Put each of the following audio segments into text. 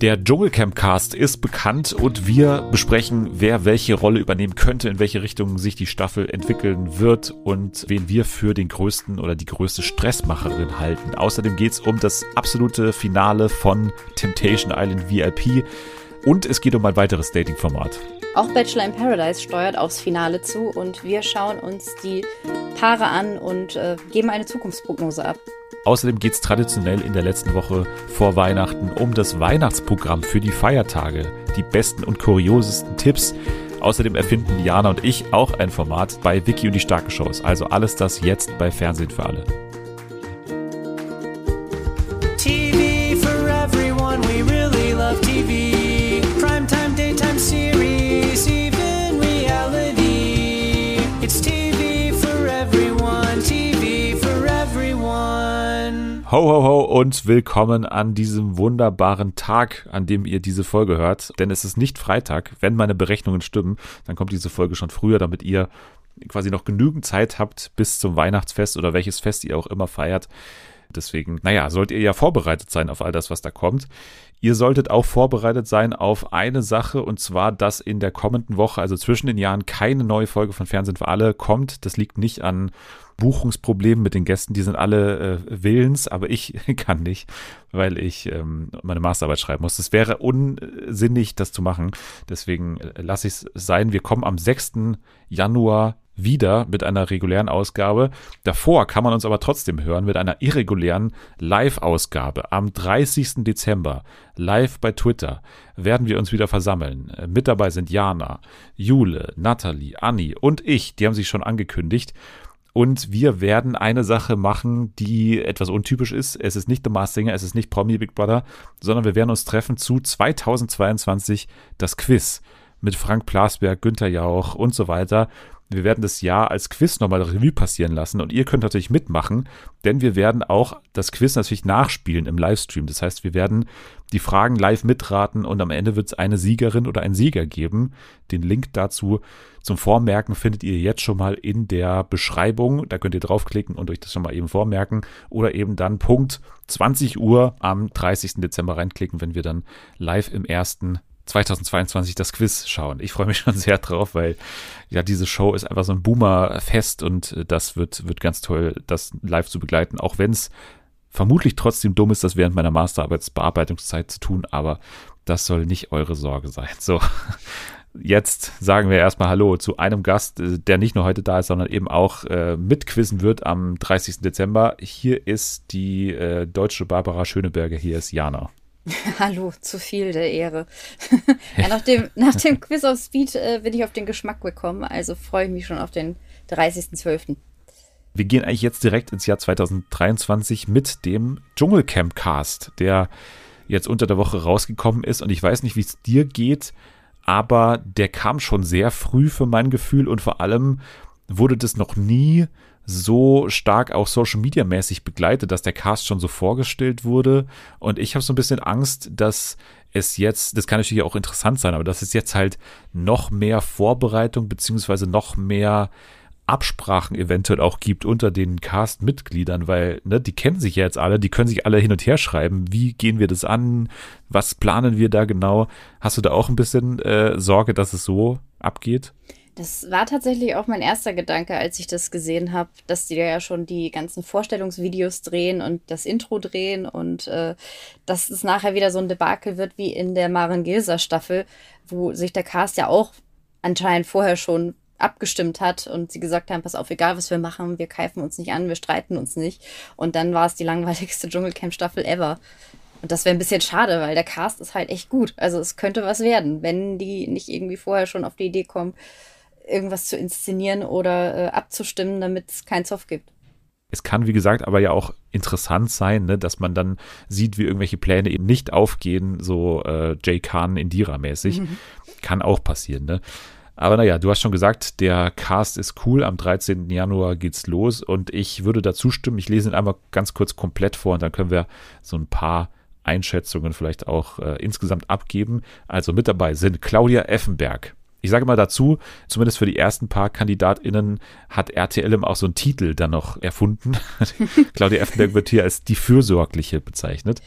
Der Dschungelcamp-Cast ist bekannt und wir besprechen, wer welche Rolle übernehmen könnte, in welche Richtung sich die Staffel entwickeln wird und wen wir für den größten oder die größte Stressmacherin halten. Außerdem geht es um das absolute Finale von Temptation Island VIP und es geht um ein weiteres Dating-Format. Auch Bachelor in Paradise steuert aufs Finale zu und wir schauen uns die Paare an und geben eine Zukunftsprognose ab. Außerdem geht es traditionell in der letzten Woche vor Weihnachten um das Weihnachtsprogramm für die Feiertage. Die besten und kuriosesten Tipps. Außerdem erfinden Jana und ich auch ein Format bei Vicky und die starken Shows. Also alles das jetzt bei Fernsehen für alle. TV for everyone, we really love TV. Primetime, daytime series, even reality. It's TV for everyone, TV for everyone. Ho, ho, ho und willkommen an diesem wunderbaren Tag, an dem ihr diese Folge hört. Denn es ist nicht Freitag. Wenn meine Berechnungen stimmen, dann kommt diese Folge schon früher, damit ihr quasi noch genügend Zeit habt bis zum Weihnachtsfest oder welches Fest ihr auch immer feiert. Deswegen, sollt ihr ja vorbereitet sein auf all das, was da kommt. Ihr solltet auch vorbereitet sein auf eine Sache, und zwar, dass in der kommenden Woche, also zwischen den Jahren, keine neue Folge von Fernsehen für alle kommt. Das liegt nicht an Buchungsproblemen mit den Gästen, die sind alle willens, aber ich kann nicht, weil ich meine Masterarbeit schreiben muss. Es wäre unsinnig, das zu machen. Deswegen lasse ich es sein. Wir kommen am 6. Januar wieder mit einer regulären Ausgabe. Davor kann man uns aber trotzdem hören mit einer irregulären Live-Ausgabe. Am 30. Dezember, live bei Twitter, werden wir uns wieder versammeln. Mit dabei sind Jana, Jule, Nathalie, Anni und ich. Die haben sich schon angekündigt. Und wir werden eine Sache machen, die etwas untypisch ist. Es ist nicht The Masked Singer, es ist nicht Promi Big Brother, sondern wir werden uns treffen zu 2022 das Quiz mit Frank Plasberg, Günther Jauch und so weiter. Wir werden das Jahr als Quiz nochmal Revue passieren lassen und ihr könnt natürlich mitmachen, denn wir werden auch das Quiz natürlich nachspielen im Livestream. Das heißt, wir werden die Fragen live mitraten und am Ende wird es eine Siegerin oder einen Sieger geben. Den Link dazu zum Vormerken findet ihr jetzt schon mal in der Beschreibung. Da könnt ihr draufklicken und euch das schon mal eben vormerken oder eben dann Punkt 20 Uhr am 30. Dezember reinklicken, wenn wir dann live im 2022 das Quiz schauen. Ich freue mich schon sehr drauf, weil ja diese Show ist einfach so ein Boomer-Fest und das wird ganz toll, das live zu begleiten, auch wenn es vermutlich trotzdem dumm ist, das während meiner Masterarbeitsbearbeitungszeit zu tun, aber das soll nicht eure Sorge sein. So, jetzt sagen wir erstmal Hallo zu einem Gast, der nicht nur heute da ist, sondern eben auch mitquizzen wird am 30. Dezember. Hier ist die deutsche Barbara Schöneberger, hier ist Jana. Hallo, zu viel der Ehre. Ja, nach dem Quiz auf Speed bin ich auf den Geschmack gekommen, also freue ich mich schon auf den 30.12. Wir gehen eigentlich jetzt direkt ins Jahr 2023 mit dem Dschungelcamp-Cast, der jetzt unter der Woche rausgekommen ist und ich weiß nicht, wie es dir geht, aber der kam schon sehr früh für mein Gefühl und vor allem wurde das noch nie so stark auch Social-Media-mäßig begleitet, dass der Cast schon so vorgestellt wurde und ich habe so ein bisschen Angst, dass es jetzt, das kann natürlich auch interessant sein, aber dass es jetzt halt noch mehr Vorbereitung beziehungsweise noch mehr Absprachen eventuell auch gibt unter den Cast-Mitgliedern, weil die kennen sich ja jetzt alle, die können sich alle hin und her schreiben, wie gehen wir das an, was planen wir da genau, hast du da auch ein bisschen Sorge, dass es so abgeht? Das war tatsächlich auch mein erster Gedanke, als ich das gesehen habe, dass die ja schon die ganzen Vorstellungsvideos drehen und das Intro drehen und dass es nachher wieder so ein Debakel wird wie in der Maren Gilser-Staffel, wo sich der Cast ja auch anscheinend vorher schon abgestimmt hat und sie gesagt haben, pass auf, egal was wir machen, wir keifen uns nicht an, wir streiten uns nicht. Und dann war es die langweiligste Dschungelcamp-Staffel ever. Und das wäre ein bisschen schade, weil der Cast ist halt echt gut. Also es könnte was werden, wenn die nicht irgendwie vorher schon auf die Idee kommen, irgendwas zu inszenieren oder abzustimmen, damit es keinen Zoff gibt. Es kann, wie gesagt, aber ja auch interessant sein, dass man dann sieht, wie irgendwelche Pläne eben nicht aufgehen, so Jay Khan Indira-mäßig. Kann auch passieren, ne? Aber du hast schon gesagt, der Cast ist cool. Am 13. Januar geht's los und ich würde dazu stimmen. Ich lese ihn einmal ganz kurz komplett vor und dann können wir so ein paar Einschätzungen vielleicht auch insgesamt abgeben. Also mit dabei sind Claudia Effenberg. Ich sage mal dazu, zumindest für die ersten paar KandidatInnen hat RTL auch so einen Titel dann noch erfunden. Claudia Effenberg wird hier als die Fürsorgliche bezeichnet.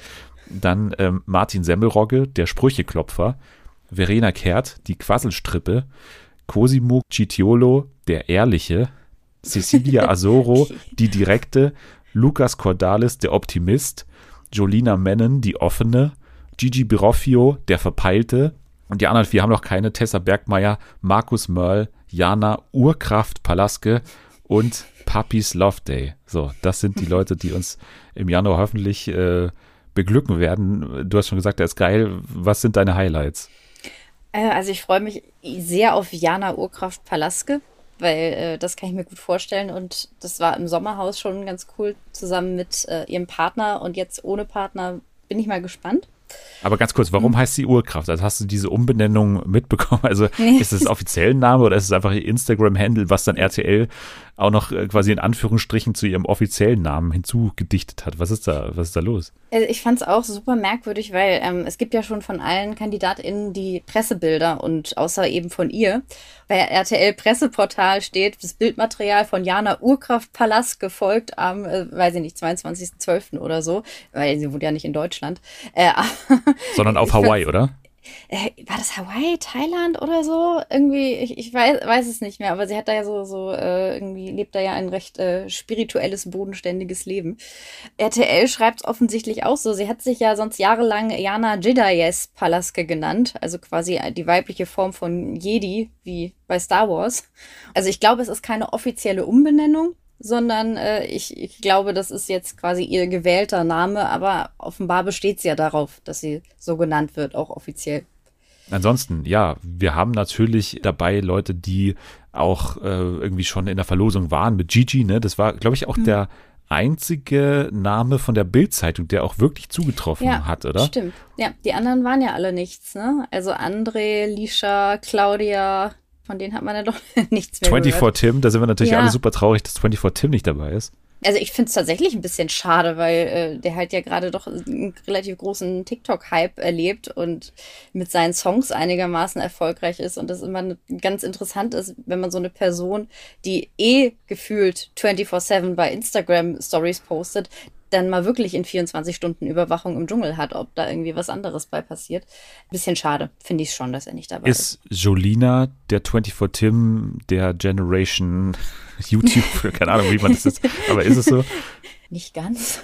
Dann Martin Semmelrogge, der Sprücheklopfer. Verena Kehrt, die Quasselstrippe. Cosimo Citiolo, der Ehrliche. Cecilia Asoro, die Direkte. Lukas Cordalis, der Optimist. Jolina Mennen, die Offene. Gigi Biroffio, der Verpeilte. Und die anderen 4 haben noch keine. Tessa Bergmeier, Markus Mörl, Jana Urkraft Palaske und Papis Love Day. So, das sind die Leute, die uns im Januar hoffentlich beglücken werden. Du hast schon gesagt, der ist geil. Was sind deine Highlights? Also ich freue mich sehr auf Jana Urkraft Palaske, weil das kann ich mir gut vorstellen. Und das war im Sommerhaus schon ganz cool, zusammen mit ihrem Partner. Und jetzt ohne Partner bin ich mal gespannt. Aber ganz kurz, warum heißt sie Urkraft? Also hast du diese Umbenennung mitbekommen? Also ist es offiziell ein Name oder ist es einfach ihr Instagram-Handle, was dann RTL auch noch quasi in Anführungsstrichen zu ihrem offiziellen Namen hinzugedichtet hat? Was ist da los? Also ich fand es auch super merkwürdig, weil es gibt ja schon von allen KandidatInnen die Pressebilder und außer eben von ihr. Bei RTL-Presseportal steht das Bildmaterial von Jana Urkraft Palast gefolgt am, weiß ich nicht, 22.12. oder so, weil sie wohnt ja nicht in Deutschland. Sondern auf Hawaii, oder? War das Hawaii, Thailand oder so? Irgendwie, ich weiß es nicht mehr, aber sie hat da ja irgendwie lebt da ja ein recht spirituelles, bodenständiges Leben. RTL schreibt es offensichtlich auch so. Sie hat sich ja sonst jahrelang Jana Jedayes Palaske genannt, also quasi die weibliche Form von Jedi, wie bei Star Wars. Also ich glaube, es ist keine offizielle Umbenennung, sondern ich glaube, das ist jetzt quasi ihr gewählter Name, aber offenbar besteht sie ja darauf, dass sie so genannt wird, auch offiziell. Ansonsten, ja, wir haben natürlich dabei Leute, die auch irgendwie schon in der Verlosung waren mit Gigi, ne? Das war, glaube ich, auch der einzige Name von der Bild-Zeitung, der auch wirklich zugetroffen hat, oder? Stimmt. Ja, die anderen waren ja alle nichts, ne? Also André, Lisha, Claudia, von denen hat man ja doch nichts mehr 24 gehört. Tim, da sind wir natürlich alle super traurig, dass 24 Tim nicht dabei ist. Also ich finde es tatsächlich ein bisschen schade, weil der halt ja gerade doch einen relativ großen TikTok-Hype erlebt und mit seinen Songs einigermaßen erfolgreich ist und das immer ganz interessant ist, wenn man so eine Person, die gefühlt 24/7 bei Instagram Stories postet, dann mal wirklich in 24 Stunden Überwachung im Dschungel hat, ob da irgendwie was anderes bei passiert. Bisschen schade, finde ich schon, dass er nicht dabei ist. Ist Jolina, der 24 Tim, der Generation YouTube, keine Ahnung, wie man das ist, aber ist es so? Nicht ganz.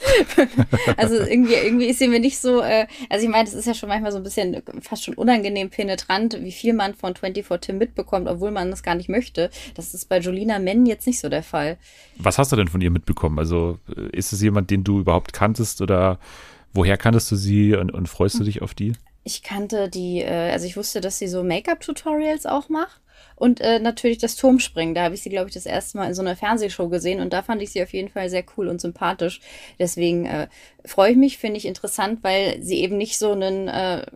Also irgendwie ist sie mir nicht so, also ich meine, das ist ja schon manchmal so ein bisschen fast schon unangenehm penetrant, wie viel man von 24 Tim mitbekommt, obwohl man das gar nicht möchte. Das ist bei Jolina Mennen jetzt nicht so der Fall. Was hast du denn von ihr mitbekommen? Also ist es jemand, den du überhaupt kanntest oder woher kanntest du sie und freust du dich auf die? Ich kannte also ich wusste, dass sie so Make-up-Tutorials auch macht. Und natürlich das Turmspringen. Da habe ich sie, glaube ich, das erste Mal in so einer Fernsehshow gesehen. Und da fand ich sie auf jeden Fall sehr cool und sympathisch. Deswegen freue ich mich, finde ich interessant, weil sie eben nicht so ein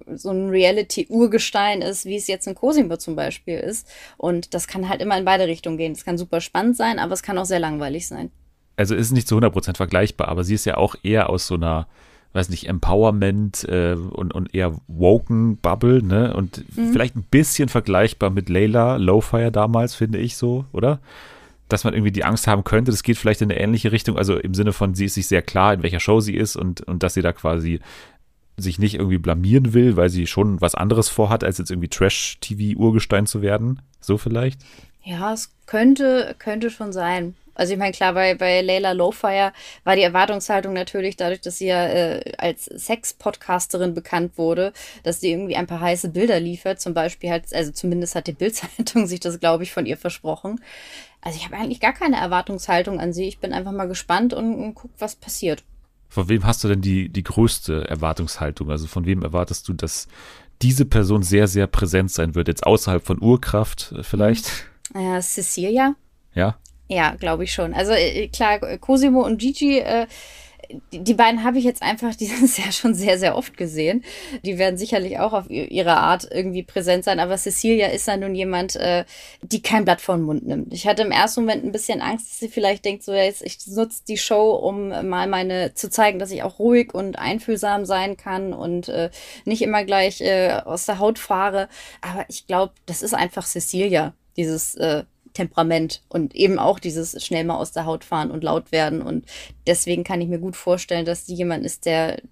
Reality-Urgestein ist, wie es jetzt in Cosimo zum Beispiel ist. Und das kann halt immer in beide Richtungen gehen. Es kann super spannend sein, aber es kann auch sehr langweilig sein. Also ist nicht zu 100% vergleichbar, aber sie ist ja auch eher aus so einer, weiß nicht, Empowerment und eher woken Bubble, ne? Und vielleicht ein bisschen vergleichbar mit Layla Lowfire damals, finde ich so, oder? Dass man irgendwie die Angst haben könnte, das geht vielleicht in eine ähnliche Richtung, also im Sinne von, sie ist sich sehr klar, in welcher Show sie ist und dass sie da quasi sich nicht irgendwie blamieren will, weil sie schon was anderes vorhat, als jetzt irgendwie Trash-TV-Urgestein zu werden, so vielleicht? Ja, es könnte schon sein. Also ich meine, klar, bei Layla Lowfire war die Erwartungshaltung natürlich dadurch, dass sie ja als Sex-Podcasterin bekannt wurde, dass sie irgendwie ein paar heiße Bilder liefert. Zum Beispiel also zumindest hat die Bild-Zeitung sich das, glaube ich, von ihr versprochen. Also ich habe eigentlich gar keine Erwartungshaltung an sie. Ich bin einfach mal gespannt und guck, was passiert. Von wem hast du denn die größte Erwartungshaltung? Also von wem erwartest du, dass diese Person sehr, sehr präsent sein wird? Jetzt außerhalb von Urkraft vielleicht? Cecilia? Ja? Ja, glaube ich schon. Also klar, Cosimo und Gigi, die beiden habe ich jetzt einfach dieses Jahr schon sehr, sehr oft gesehen. Die werden sicherlich auch auf ihre Art irgendwie präsent sein, aber Cecilia ist ja nun jemand, die kein Blatt vor den Mund nimmt. Ich hatte im ersten Moment ein bisschen Angst, dass sie vielleicht denkt, so jetzt, ich nutze die Show, um mal zu zeigen, dass ich auch ruhig und einfühlsam sein kann und nicht immer gleich aus der Haut fahre. Aber ich glaube, das ist einfach Cecilia, dieses Temperament und eben auch dieses schnell mal aus der Haut fahren und laut werden und deswegen kann ich mir gut vorstellen, dass die jemand ist, der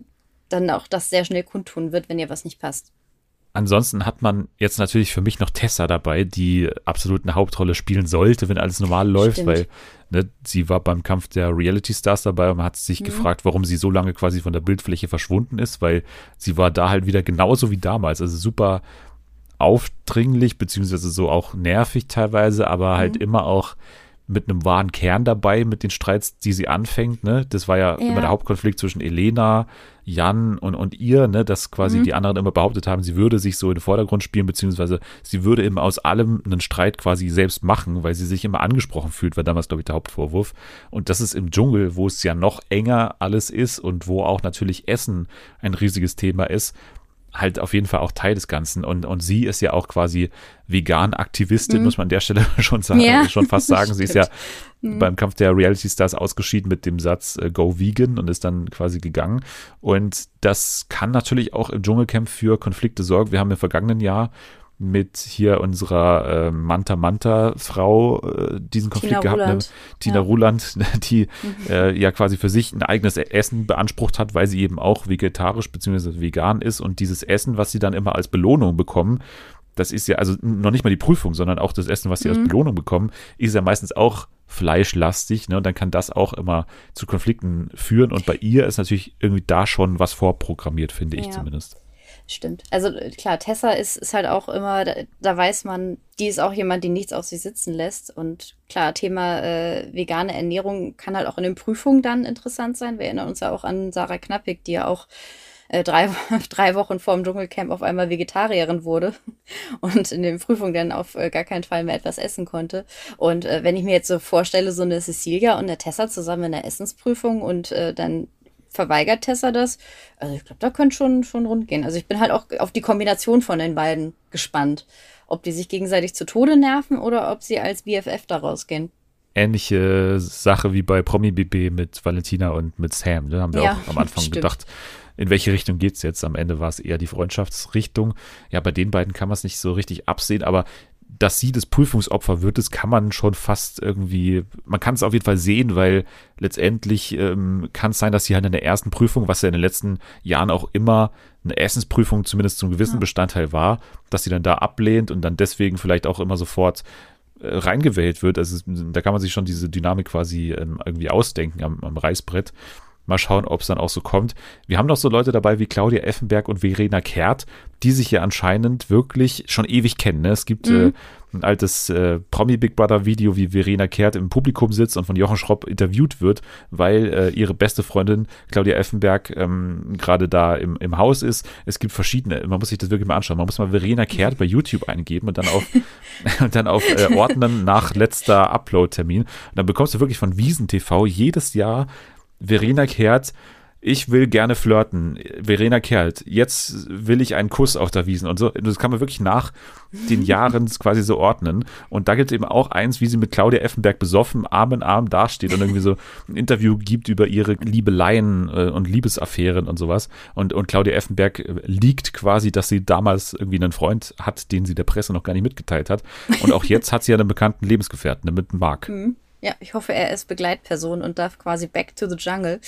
dann auch das sehr schnell kundtun wird, wenn ihr was nicht passt. Ansonsten hat man jetzt natürlich für mich noch Tessa dabei, die absolut eine Hauptrolle spielen sollte, wenn alles normal läuft, weil sie war beim Kampf der Reality Stars dabei und man hat sich gefragt, warum sie so lange quasi von der Bildfläche verschwunden ist, weil sie war da halt wieder genauso wie damals, also super aufdringlich, beziehungsweise so auch nervig teilweise, aber halt immer auch mit einem wahren Kern dabei, mit den Streits, die sie anfängt, ne? Das war ja immer der Hauptkonflikt zwischen Elena, Jan und ihr, ne? Dass quasi die anderen immer behauptet haben, sie würde sich so in den Vordergrund spielen, beziehungsweise sie würde eben aus allem einen Streit quasi selbst machen, weil sie sich immer angesprochen fühlt, war damals, glaube ich, der Hauptvorwurf. Und das ist im Dschungel, wo es ja noch enger alles ist und wo auch natürlich Essen ein riesiges Thema ist, halt auf jeden Fall auch Teil des Ganzen. Und sie ist ja auch quasi Vegan-Aktivistin, muss man an der Stelle schon sagen, schon fast sagen. Sie ist ja beim Kampf der Reality Stars ausgeschieden mit dem Satz Go Vegan und ist dann quasi gegangen. Und das kann natürlich auch im Dschungelcamp für Konflikte sorgen. Wir haben im vergangenen Jahr mit hier unserer Manta-Frau diesen Konflikt gehabt, ne? Tina Ruland, die ja quasi für sich ein eigenes Essen beansprucht hat, weil sie eben auch vegetarisch bzw. vegan ist und dieses Essen, was sie dann immer als Belohnung bekommen, das ist ja also noch nicht mal die Prüfung, sondern auch das Essen, was sie als Belohnung bekommen, ist ja meistens auch fleischlastig, ne? Und dann kann das auch immer zu Konflikten führen und bei ihr ist natürlich irgendwie da schon was vorprogrammiert, finde ich zumindest. Stimmt. Also klar, Tessa ist halt auch immer, da weiß man, die ist auch jemand, die nichts auf sich sitzen lässt. Und klar, Thema vegane Ernährung kann halt auch in den Prüfungen dann interessant sein. Wir erinnern uns ja auch an Sarah Knappig, die ja auch 3 Wochen vor dem Dschungelcamp auf einmal Vegetarierin wurde und in den Prüfungen dann auf gar keinen Fall mehr etwas essen konnte. Und wenn ich mir jetzt so vorstelle, so eine Cecilia und eine Tessa zusammen in der Essensprüfung und dann verweigert Tessa das. Also ich glaube, da könnte schon rund gehen. Also ich bin halt auch auf die Kombination von den beiden gespannt. Ob die sich gegenseitig zu Tode nerven oder ob sie als BFF da rausgehen. Ähnliche Sache wie bei Promi BB mit Valentina und mit Sam. Da haben wir auch am Anfang gedacht, in welche Richtung geht's jetzt? Am Ende war es eher die Freundschaftsrichtung. Ja, bei den beiden kann man es nicht so richtig absehen, aber dass sie das Prüfungsopfer wird, das kann man schon fast irgendwie, man kann es auf jeden Fall sehen, weil letztendlich kann es sein, dass sie halt in der ersten Prüfung, was ja in den letzten Jahren auch immer eine Essensprüfung zumindest zum gewissen Bestandteil war, dass sie dann da ablehnt und dann deswegen vielleicht auch immer sofort reingewählt wird. Also da kann man sich schon diese Dynamik quasi irgendwie ausdenken am Reißbrett. Mal schauen, ob es dann auch so kommt. Wir haben noch so Leute dabei wie Claudia Effenberg und Verena Kehrt, die sich ja anscheinend wirklich schon ewig kennen. Ne? Es gibt ein altes Promi-Big Brother-Video, wie Verena Kehrt im Publikum sitzt und von Jochen Schropp interviewt wird, weil ihre beste Freundin Claudia Effenberg gerade da im Haus ist. Es gibt verschiedene, man muss sich das wirklich mal anschauen. Man muss mal Verena Kehrt bei YouTube eingeben und dann auf ordnen nach letzter Upload-Termin. Und dann bekommst du wirklich von Wiesen TV jedes Jahr Verena Kehrt, ich will gerne flirten. Verena Kehrt, jetzt will ich einen Kuss auf der Wiesn und so. Das kann man wirklich nach den Jahren quasi so ordnen. Und da gibt es eben auch eins, wie sie mit Claudia Effenberg besoffen, Arm in Arm dasteht und irgendwie so ein Interview gibt über ihre Liebeleien und Liebesaffären und sowas. Und Claudia Effenberg liegt quasi, dass sie damals irgendwie einen Freund hat, den sie der Presse noch gar nicht mitgeteilt hat. Und auch jetzt hat sie ja einen bekannten Lebensgefährten, mit Marc. Ja, ich hoffe, er ist Begleitperson und darf quasi back to the jungle.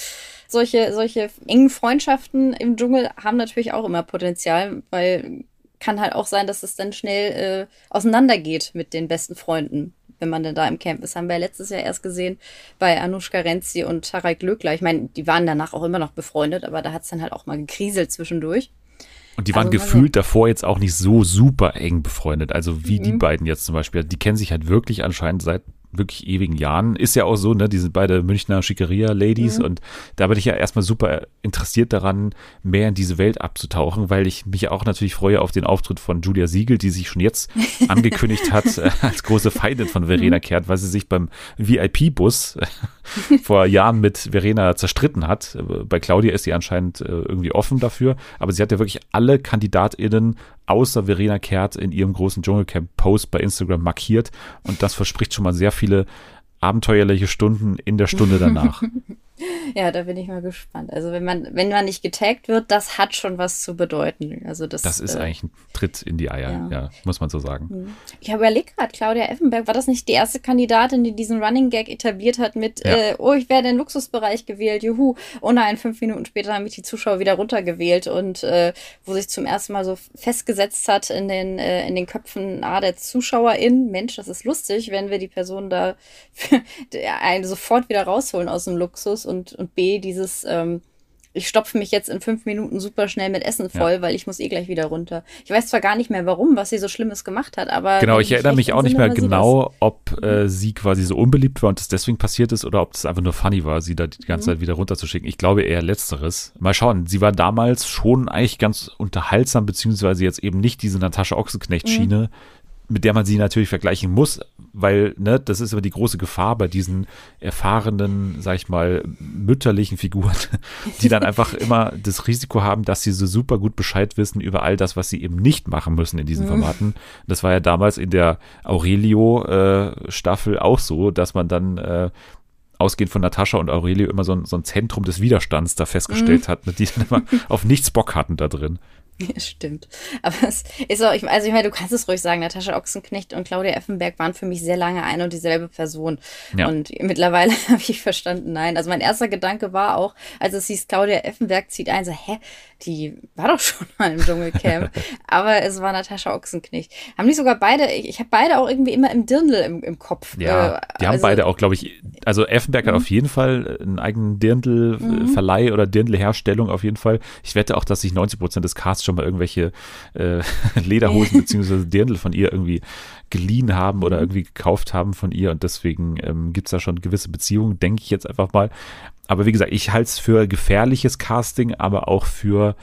Solche engen Freundschaften im Dschungel haben natürlich auch immer Potenzial, weil kann halt auch sein, dass es dann schnell auseinandergeht mit den besten Freunden, wenn man denn da im Camp ist. Haben wir ja letztes Jahr erst gesehen bei Anushka Renzi und Tarek Glöckler. Ich meine, die waren danach auch immer noch befreundet, aber da hat es dann halt auch mal gekriselt zwischendurch. Und die waren gefühlt davor jetzt auch nicht so super eng befreundet. Also wie die beiden jetzt zum Beispiel. Die kennen sich halt wirklich anscheinend seit wirklich ewigen Jahren. Ist ja auch so, ne, die sind beide Münchner Schickeria-Ladies und da bin ich ja erstmal super interessiert daran, mehr in diese Welt abzutauchen, weil ich mich auch natürlich freue auf den Auftritt von Julia Siegel, die sich schon jetzt angekündigt hat als große Feindin von Verena Kehrt, weil sie sich beim VIP-Bus vor Jahren mit Verena zerstritten hat. Bei Claudia ist sie anscheinend irgendwie offen dafür, aber sie hat ja wirklich alle KandidatInnen außer Verena Kehrt in ihrem großen Dschungelcamp-Post bei Instagram markiert und das verspricht schon mal sehr viele abenteuerliche Stunden in der Stunde danach. Ja, da bin ich mal gespannt. Also wenn man nicht getaggt wird, das hat schon was zu bedeuten. Also das ist eigentlich ein Tritt in die Eier, ja muss man so sagen. Ich habe überlegt gerade, Claudia Effenberg, war das nicht die erste Kandidatin, die diesen Running Gag etabliert hat mit, ich werde in den Luxusbereich gewählt, juhu. Oh nein, 5 Minuten später haben mich die Zuschauer wieder runtergewählt und wo sich zum ersten Mal so festgesetzt hat in den Köpfen der ZuschauerInnen, Mensch, das ist lustig, wenn wir die Person da einen sofort wieder rausholen aus dem Luxus und B, dieses ich stopfe mich jetzt in 5 Minuten super schnell mit Essen voll, weil ich muss gleich wieder runter. Ich weiß zwar gar nicht mehr, warum, was sie so Schlimmes gemacht hat, aber... Genau, ich erinnere mich auch nicht mehr genau, ob sie quasi so unbeliebt war und das deswegen passiert ist oder ob das einfach nur funny war, sie da die ganze Zeit wieder runterzuschicken. Ich glaube eher Letzteres. Mal schauen, sie war damals schon eigentlich ganz unterhaltsam, beziehungsweise jetzt eben nicht diese Natascha Ochsenknecht-Schiene, mit der man sie natürlich vergleichen muss, weil, das ist aber die große Gefahr bei diesen erfahrenen, sag ich mal, mütterlichen Figuren, die dann einfach immer das Risiko haben, dass sie so super gut Bescheid wissen über all das, was sie eben nicht machen müssen in diesen Formaten. Das war ja damals in der Aurelio-Staffel auch so, dass man dann ausgehend von Natascha und Aurelio immer so ein Zentrum des Widerstands da festgestellt hat, die dann immer auf nichts Bock hatten da drin. Ja, stimmt. Aber es ist auch, ich meine, du kannst es ruhig sagen, Natascha Ochsenknecht und Claudia Effenberg waren für mich sehr lange eine und dieselbe Person. Ja. Und mittlerweile habe ich verstanden, nein. Also mein erster Gedanke war auch, als es hieß, Claudia Effenberg zieht ein, so, die war doch schon mal im Dschungelcamp. Aber es war Natascha Ochsenknecht. Haben die sogar beide, ich habe beide auch irgendwie immer im Dirndl im Kopf. Ja, die haben beide auch, glaube ich, also Effenberg hat auf jeden Fall einen eigenen Dirndl-Verleih oder Dirndl-Herstellung auf jeden Fall. Ich wette auch, dass sich 90% des Casts schon mal irgendwelche Lederhosen beziehungsweise Dirndl von ihr irgendwie geliehen haben oder irgendwie gekauft haben von ihr und deswegen gibt es da schon gewisse Beziehungen, denke ich jetzt einfach mal. Aber wie gesagt, ich halte es für gefährliches Casting, aber auch für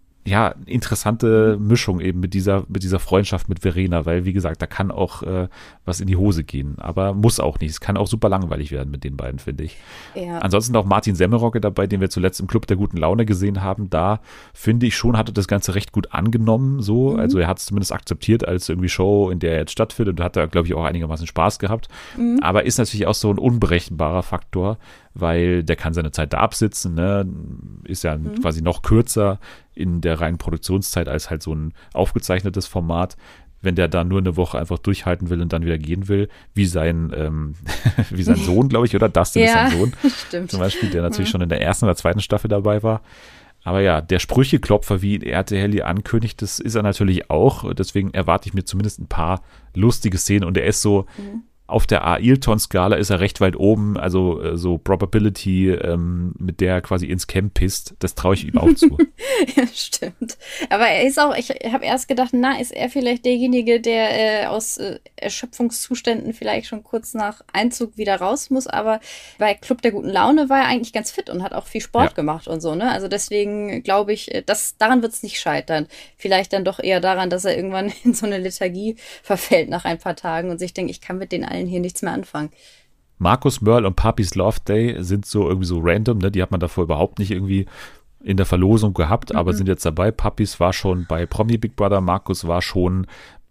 interessante Mischung eben mit dieser Freundschaft mit Verena, weil wie gesagt, da kann auch was in die Hose gehen, aber muss auch nicht. Es kann auch super langweilig werden mit den beiden, finde ich. Ja. Ansonsten auch Martin Semmelrogge dabei, den wir zuletzt im Club der guten Laune gesehen haben, da finde ich schon, hat er das Ganze recht gut angenommen, so. Also er hat es zumindest akzeptiert als irgendwie Show, in der er jetzt stattfindet und hat da, glaube ich, auch einigermaßen Spaß gehabt. Aber ist natürlich auch so ein unberechenbarer Faktor, weil der kann seine Zeit da absitzen, ne? Ist ja quasi noch kürzer in der reinen Produktionszeit als halt so ein aufgezeichnetes Format, wenn der da nur eine Woche einfach durchhalten will und dann wieder gehen will, wie sein Sohn, glaube ich, oder Dustin ist sein Sohn, stimmt. Zum Beispiel, der natürlich schon in der ersten oder zweiten Staffel dabei war. Aber ja, der Sprücheklopfer, wie ihn RTL hier ankündigt, das ist er natürlich auch, deswegen erwarte ich mir zumindest ein paar lustige Szenen und er ist so auf der Ailton-Skala ist er recht weit oben, also so Probability, mit der er quasi ins Camp pisst, das traue ich ihm auch zu. Ja, stimmt. Aber er ist auch, ich habe erst gedacht, ist er vielleicht derjenige, der aus Erschöpfungszuständen vielleicht schon kurz nach Einzug wieder raus muss, aber bei Club der guten Laune war er eigentlich ganz fit und hat auch viel Sport gemacht und so, ne? Also deswegen glaube ich, daran wird es nicht scheitern. Vielleicht dann doch eher daran, dass er irgendwann in so eine Lethargie verfällt nach ein paar Tagen und sich denkt, ich kann mit den allen hier nichts mehr anfangen. Markus Mörl und Papis Love Day sind so irgendwie so random, ne? Die hat man davor überhaupt nicht irgendwie in der Verlosung gehabt, aber sind jetzt dabei. Papis war schon bei Promi Big Brother, Markus war schon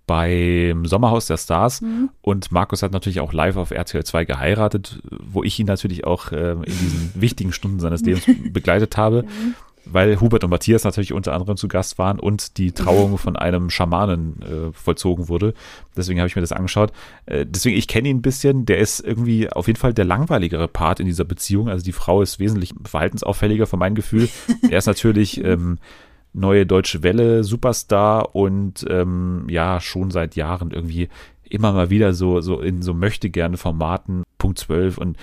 beim Sommerhaus der Stars und Markus hat natürlich auch live auf RTL 2 geheiratet, wo ich ihn natürlich auch in diesen wichtigen Stunden seines Lebens begleitet habe. Weil Hubert und Matthias natürlich unter anderem zu Gast waren und die Trauung von einem Schamanen vollzogen wurde. Deswegen habe ich mir das angeschaut. Deswegen, ich kenne ihn ein bisschen. Der ist irgendwie auf jeden Fall der langweiligere Part in dieser Beziehung. Also die Frau ist wesentlich verhaltensauffälliger von meinem Gefühl. Er ist natürlich neue Deutsche Welle Superstar und schon seit Jahren irgendwie immer mal wieder so in so möchte-gerne Formaten, Punkt 12 und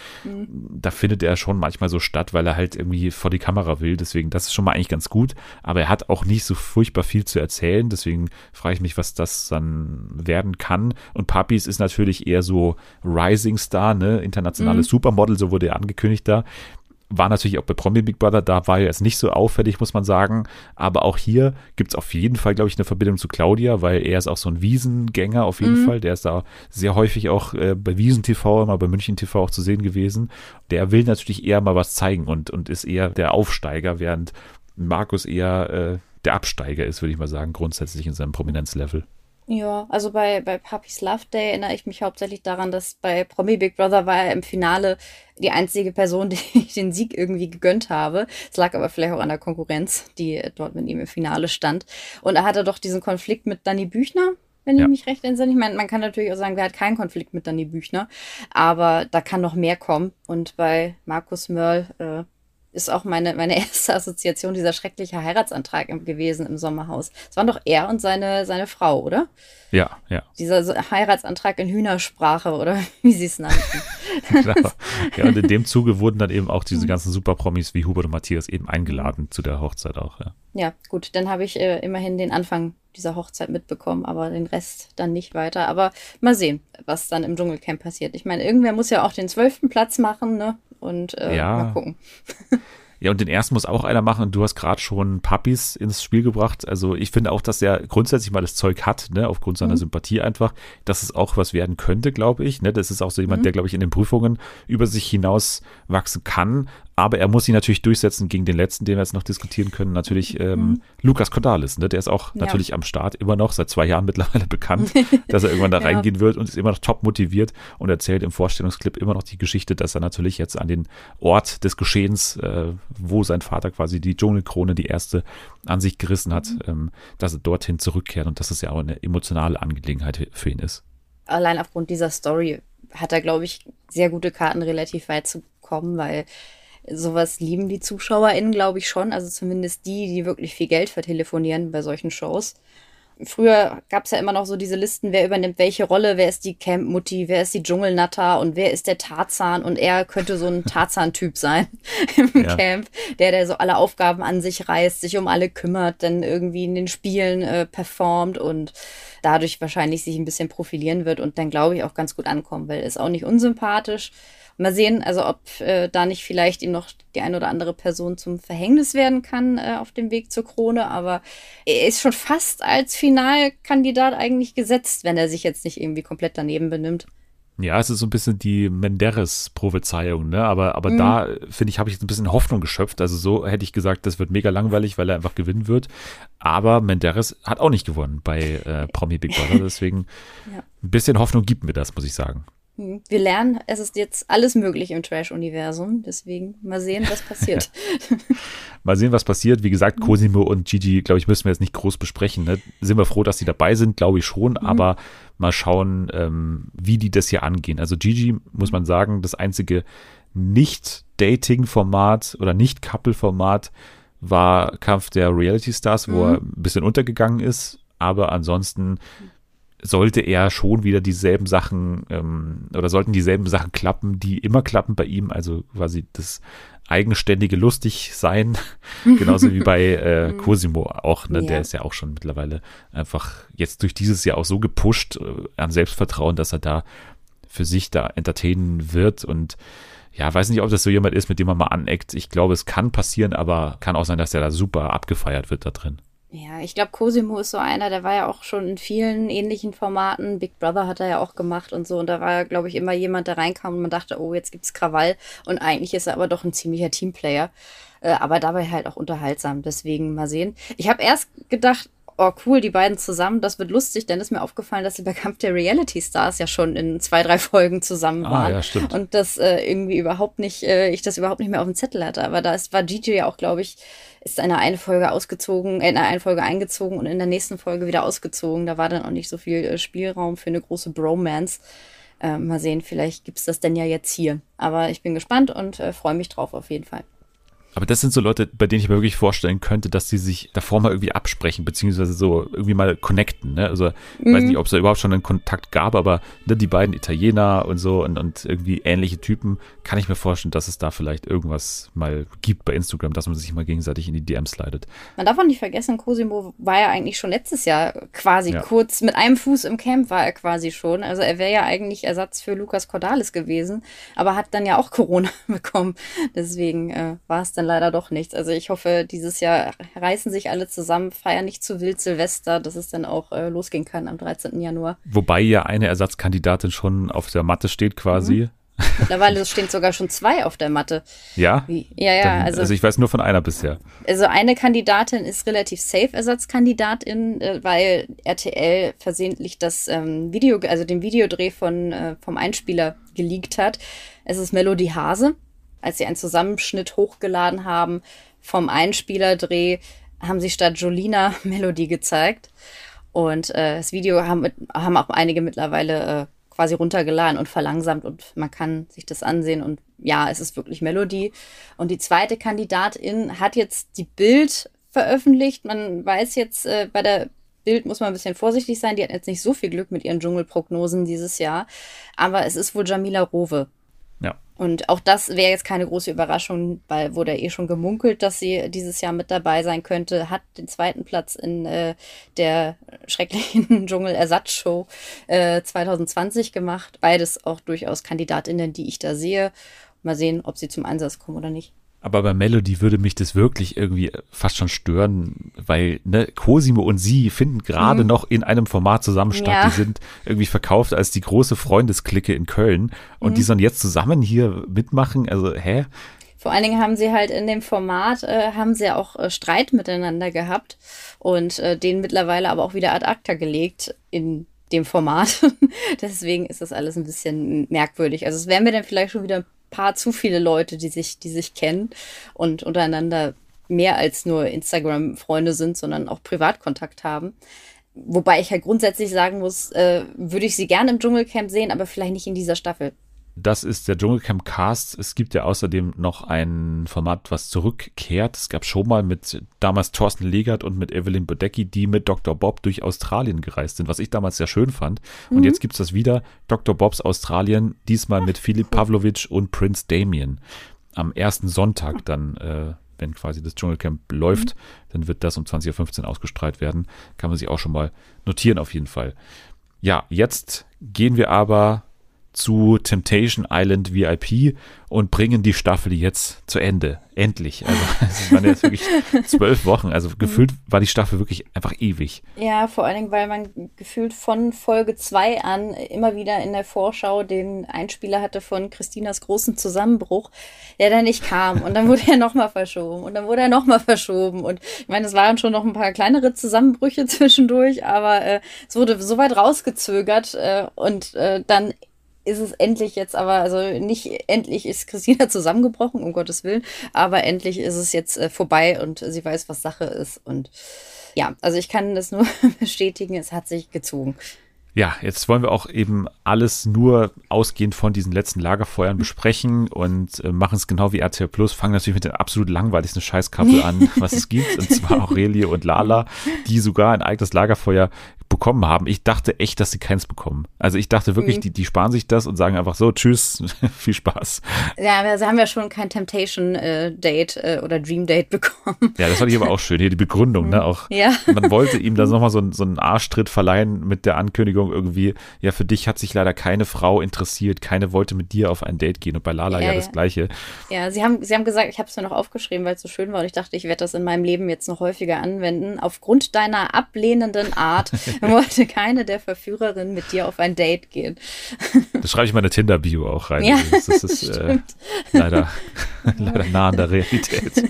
da findet er schon manchmal so statt, weil er halt irgendwie vor die Kamera will, deswegen, das ist schon mal eigentlich ganz gut, aber er hat auch nicht so furchtbar viel zu erzählen, deswegen frage ich mich, was das dann werden kann und Papis ist natürlich eher so Rising Star, ne, internationales Supermodel, so wurde er angekündigt da, war natürlich auch bei Promi Big Brother, da war er jetzt nicht so auffällig, muss man sagen, aber auch hier gibt es auf jeden Fall, glaube ich, eine Verbindung zu Claudia, weil er ist auch so ein Wiesengänger auf jeden Fall, der ist da sehr häufig auch bei Wiesen TV, immer bei München TV auch zu sehen gewesen, der will natürlich eher mal was zeigen und ist eher der Aufsteiger, während Markus eher der Absteiger ist, würde ich mal sagen, grundsätzlich in seinem Prominenzlevel. Ja, also bei Puppies Love Day erinnere ich mich hauptsächlich daran, dass bei Promi Big Brother war er im Finale die einzige Person, die ich den Sieg irgendwie gegönnt habe. Es lag aber vielleicht auch an der Konkurrenz, die dort mit ihm im Finale stand. Und er hatte doch diesen Konflikt mit Dani Büchner, wenn ich Ja. mich recht entsinne. Ich meine, man kann natürlich auch sagen, wer hat keinen Konflikt mit Dani Büchner, aber da kann noch mehr kommen. Und bei Markus Mörl ist auch meine erste Assoziation dieser schreckliche Heiratsantrag gewesen im Sommerhaus. Es waren doch er und seine Frau, oder? Ja, ja. Dieser Heiratsantrag in Hühnersprache oder wie sie es nannten. Genau. Ja, und in dem Zuge wurden dann eben auch diese ganzen Superpromis wie Hubert und Matthias eben eingeladen zu der Hochzeit auch, ja. Ja, gut, dann habe ich immerhin den Anfang dieser Hochzeit mitbekommen, aber den Rest dann nicht weiter. Aber mal sehen, was dann im Dschungelcamp passiert. Ich meine, irgendwer muss ja auch den 12. Platz machen, ne? Und Ja. mal gucken. Ja, und den ersten muss auch einer machen. Und du hast gerade schon Puppies ins Spiel gebracht. Also ich finde auch, dass er grundsätzlich mal das Zeug hat, ne, aufgrund seiner Sympathie einfach, dass es auch was werden könnte, glaube ich. Ne, das ist auch so jemand, der, glaube ich, in den Prüfungen über sich hinaus wachsen kann. Aber er muss sich natürlich durchsetzen gegen den letzten, den wir jetzt noch diskutieren können. Natürlich Lukas Cordalis, ne? Der ist auch Ja. natürlich am Start immer noch, seit 2 Jahren mittlerweile bekannt, dass er irgendwann da Ja. reingehen wird und ist immer noch top motiviert und erzählt im Vorstellungsclip immer noch die Geschichte, dass er natürlich jetzt an den Ort des Geschehens, wo sein Vater quasi die Dschungelkrone, die erste, an sich gerissen hat, dass er dorthin zurückkehrt und dass es ja auch eine emotionale Angelegenheit für ihn ist. Allein aufgrund dieser Story hat er, glaube ich, sehr gute Karten, relativ weit zu kommen, weil sowas lieben die ZuschauerInnen, glaube ich, schon. Also zumindest die wirklich viel Geld vertelefonieren bei solchen Shows. Früher gab es ja immer noch so diese Listen, wer übernimmt welche Rolle, wer ist die Camp-Mutti, wer ist die Dschungelnatter und wer ist der Tarzan und er könnte so ein Tarzan-Typ sein im Ja. Camp, der so alle Aufgaben an sich reißt, sich um alle kümmert, dann irgendwie in den Spielen performt und dadurch wahrscheinlich sich ein bisschen profilieren wird und dann, glaube ich, auch ganz gut ankommen, weil er ist auch nicht unsympathisch. Mal sehen, also ob da nicht vielleicht ihm noch die eine oder andere Person zum Verhängnis werden kann auf dem Weg zur Krone, aber er ist schon fast als Finalkandidat eigentlich gesetzt, wenn er sich jetzt nicht irgendwie komplett daneben benimmt. Ja, es ist so ein bisschen die Menderes-Prophezeiung, ne? Aber da, finde ich, habe ich jetzt ein bisschen Hoffnung geschöpft. Also so hätte ich gesagt, das wird mega langweilig, weil er einfach gewinnen wird. Aber Menderes hat auch nicht gewonnen bei Promi Big Brother. Deswegen Ja. ein bisschen Hoffnung gibt mir das, muss ich sagen. Wir lernen, es ist jetzt alles möglich im Trash-Universum, deswegen mal sehen, was passiert. Mal sehen, was passiert. Wie gesagt, Cosimo und Gigi, glaube ich, müssen wir jetzt nicht groß besprechen. Ne? Sind wir froh, dass sie dabei sind, glaube ich schon. Aber mal schauen, wie die das hier angehen. Also Gigi, muss man sagen, das einzige Nicht-Dating-Format oder Nicht-Couple-Format war Kampf der Reality Stars, wo er ein bisschen untergegangen ist. Aber ansonsten sollte er schon wieder dieselben Sachen oder sollten dieselben Sachen klappen, die immer klappen bei ihm, also quasi das eigenständige lustig sein, genauso wie bei Cosimo auch, ne? Ja. Der ist ja auch schon mittlerweile einfach jetzt durch dieses Jahr auch so gepusht an Selbstvertrauen, dass er da für sich da entertainen wird und ja, weiß nicht, ob das so jemand ist, mit dem man mal aneckt. Ich glaube, es kann passieren, aber kann auch sein, dass er da super abgefeiert wird da drin. Ja, ich glaube, Cosimo ist so einer, der war ja auch schon in vielen ähnlichen Formaten. Big Brother hat er ja auch gemacht und so. Und da war, glaube ich, immer jemand, der reinkam und man dachte, oh, jetzt gibt's Krawall. Und eigentlich ist er aber doch ein ziemlicher Teamplayer. Aber dabei halt auch unterhaltsam. Deswegen mal sehen. Ich habe erst gedacht, oh cool, die beiden zusammen, das wird lustig. Dann ist mir aufgefallen, dass sie bei Kampf der Reality Stars ja schon in 2, 3 Folgen zusammen waren. Ja, stimmt. Und das irgendwie überhaupt nicht, ich das überhaupt nicht mehr auf dem Zettel hatte. Aber war Gigi ja auch, glaube ich, ist in einer Folge ausgezogen, in einer Folge eingezogen und in der nächsten Folge wieder ausgezogen. Da war dann auch nicht so viel Spielraum für eine große Bromance. Mal sehen, vielleicht gibt's das denn ja jetzt hier. Aber ich bin gespannt und freue mich drauf auf jeden Fall. Aber das sind so Leute, bei denen ich mir wirklich vorstellen könnte, dass die sich davor mal irgendwie absprechen, beziehungsweise so irgendwie mal connecten. Ne? Also ich weiß nicht, ob es da überhaupt schon einen Kontakt gab, aber ne, die beiden Italiener und so und irgendwie ähnliche Typen, kann ich mir vorstellen, dass es da vielleicht irgendwas mal gibt bei Instagram, dass man sich mal gegenseitig in die DMs slidet. Man darf auch nicht vergessen, Cosimo war ja eigentlich schon letztes Jahr quasi Ja. kurz, mit einem Fuß im Camp war er quasi schon. Also er wäre ja eigentlich Ersatz für Lukas Cordalis gewesen, aber hat dann ja auch Corona bekommen. Deswegen war es dann leider doch nichts. Also ich hoffe, dieses Jahr reißen sich alle zusammen, feiern nicht zu wild Silvester, dass es dann auch losgehen kann am 13. Januar. Wobei ja eine Ersatzkandidatin schon auf der Matte steht quasi. Mittlerweile stehen sogar schon 2 auf der Matte. Ja? Ja, Dann, also ich weiß nur von einer bisher. Also eine Kandidatin ist relativ safe Ersatzkandidatin, weil RTL versehentlich das den Videodreh vom Einspieler geleakt hat. Es ist Melody Hase. Als sie einen Zusammenschnitt hochgeladen haben vom Einspielerdreh, haben sie statt Jolina Melody gezeigt. Und das Video haben auch einige mittlerweile quasi runtergeladen und verlangsamt und man kann sich das ansehen und ja, es ist wirklich Melody. Und die zweite Kandidatin hat jetzt die Bild veröffentlicht. Man weiß jetzt, bei der Bild muss man ein bisschen vorsichtig sein. Die hat jetzt nicht so viel Glück mit ihren Dschungelprognosen dieses Jahr. Aber es ist wohl Jamila Rowe. Ja. Und auch das wäre jetzt keine große Überraschung, weil wurde ja schon gemunkelt, dass sie dieses Jahr mit dabei sein könnte. Hat den 2. Platz in der schrecklichen Dschungel-Ersatzshow 2020 gemacht. Beides auch durchaus KandidatInnen, die ich da sehe. Mal sehen, ob sie zum Einsatz kommen oder nicht. Aber bei Melody würde mich das wirklich irgendwie fast schon stören, weil Cosimo und sie finden gerade noch in einem Format zusammen statt. Ja. Die sind irgendwie verkauft als die große Freundesklicke in Köln und die sollen jetzt zusammen hier mitmachen. Also, hä? Vor allen Dingen haben sie halt in dem Format, haben sie auch Streit miteinander gehabt und den mittlerweile aber auch wieder ad acta gelegt in dem Format. Deswegen ist das alles ein bisschen merkwürdig. Also es wären mir dann vielleicht schon wieder paar zu viele Leute, die sich kennen und untereinander mehr als nur Instagram-Freunde sind, sondern auch Privatkontakt haben. Wobei ich halt grundsätzlich sagen muss, würde ich sie gerne im Dschungelcamp sehen, aber vielleicht nicht in dieser Staffel. Das ist der Dschungelcamp Cast. Es gibt ja außerdem noch ein Format, was zurückkehrt. Es gab schon mal mit damals Thorsten Legert und mit Evelyn Bodecki, die mit Dr. Bob durch Australien gereist sind, was ich damals sehr schön fand. Und jetzt gibt es das wieder, Dr. Bobs Australien, diesmal mit Philipp Pavlovic und Prince Damien. Am ersten Sonntag dann, wenn quasi das Dschungelcamp läuft, dann wird das um 20.15 Uhr ausgestrahlt werden. Kann man sich auch schon mal notieren auf jeden Fall. Ja, jetzt gehen wir aber zu Temptation Island VIP und bringen die Staffel jetzt zu Ende. Endlich. Also es waren jetzt wirklich 12 Wochen. Also gefühlt war die Staffel wirklich einfach ewig. Ja, vor allen Dingen, weil man gefühlt von Folge 2 an immer wieder in der Vorschau den Einspieler hatte von Christinas großen Zusammenbruch, der dann nicht kam. Und dann wurde er nochmal verschoben. Und dann wurde er nochmal verschoben. Und ich meine, es waren schon noch ein paar kleinere Zusammenbrüche zwischendurch, aber es wurde so weit rausgezögert und dann ist es endlich jetzt aber, also nicht endlich ist Christina zusammengebrochen, um Gottes Willen, aber endlich ist es jetzt vorbei und sie weiß, was Sache ist. Und ja, also ich kann das nur bestätigen, es hat sich gezogen. Ja, jetzt wollen wir auch eben alles nur ausgehend von diesen letzten Lagerfeuern besprechen und machen es genau wie RTL Plus, fangen natürlich mit den absolut langweiligsten Scheißkappel an, was es gibt, und zwar Aurelie und Lala, die sogar ein eigenes Lagerfeuer bekommen haben. Ich dachte echt, dass sie keins bekommen. Also ich dachte wirklich, die sparen sich das und sagen einfach so, tschüss, viel Spaß. Ja, sie haben ja schon kein Temptation-Date oder Dream-Date bekommen. Ja, das fand ich aber auch schön. Hier die Begründung, ne? Auch, ja. Man wollte ihm da nochmal so einen Arschtritt verleihen mit der Ankündigung irgendwie, ja, für dich hat sich leider keine Frau interessiert, keine wollte mit dir auf ein Date gehen und bei Lala ja das Gleiche. Ja, sie haben gesagt, ich habe es mir noch aufgeschrieben, weil es so schön war und ich dachte, ich werde das in meinem Leben jetzt noch häufiger anwenden. Aufgrund deiner ablehnenden Art wollte keine der Verführerinnen mit dir auf ein Date gehen. Das schreibe ich in meine Tinder-Bio auch rein. Ja, das ist leider nah an der Realität.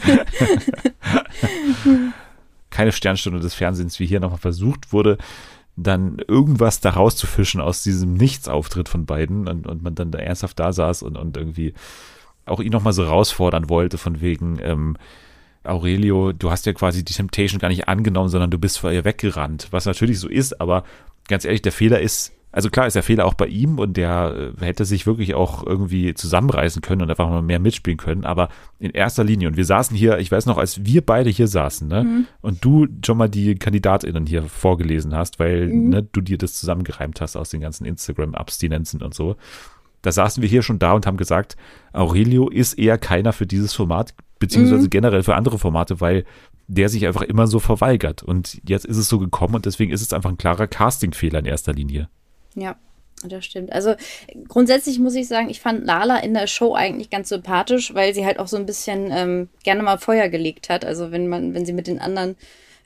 Keine Sternstunde des Fernsehens, wie hier nochmal versucht wurde, dann irgendwas da rauszufischen aus diesem Nichtsauftritt von beiden und man dann da ernsthaft da saß und irgendwie auch ihn nochmal so herausfordern wollte von wegen, Aurelio, du hast ja quasi die Temptation gar nicht angenommen, sondern du bist vor ihr weggerannt, was natürlich so ist, aber ganz ehrlich, der Fehler ist, also klar ist der Fehler auch bei ihm und der hätte sich wirklich auch irgendwie zusammenreißen können und einfach mal mehr mitspielen können, aber in erster Linie, und wir saßen hier, ich weiß noch, als wir beide hier saßen, ne, und du schon mal die KandidatInnen hier vorgelesen hast, weil ne, du dir das zusammengereimt hast aus den ganzen Instagram-Abstinenzen und so, da saßen wir hier schon da und haben gesagt, Aurelio ist eher keiner für dieses Format, beziehungsweise generell für andere Formate, weil der sich einfach immer so verweigert. Und jetzt ist es so gekommen und deswegen ist es einfach ein klarer Castingfehler in erster Linie. Ja, das stimmt. Also grundsätzlich muss ich sagen, ich fand Lala in der Show eigentlich ganz sympathisch, weil sie halt auch so ein bisschen gerne mal Feuer gelegt hat. Also wenn sie mit den anderen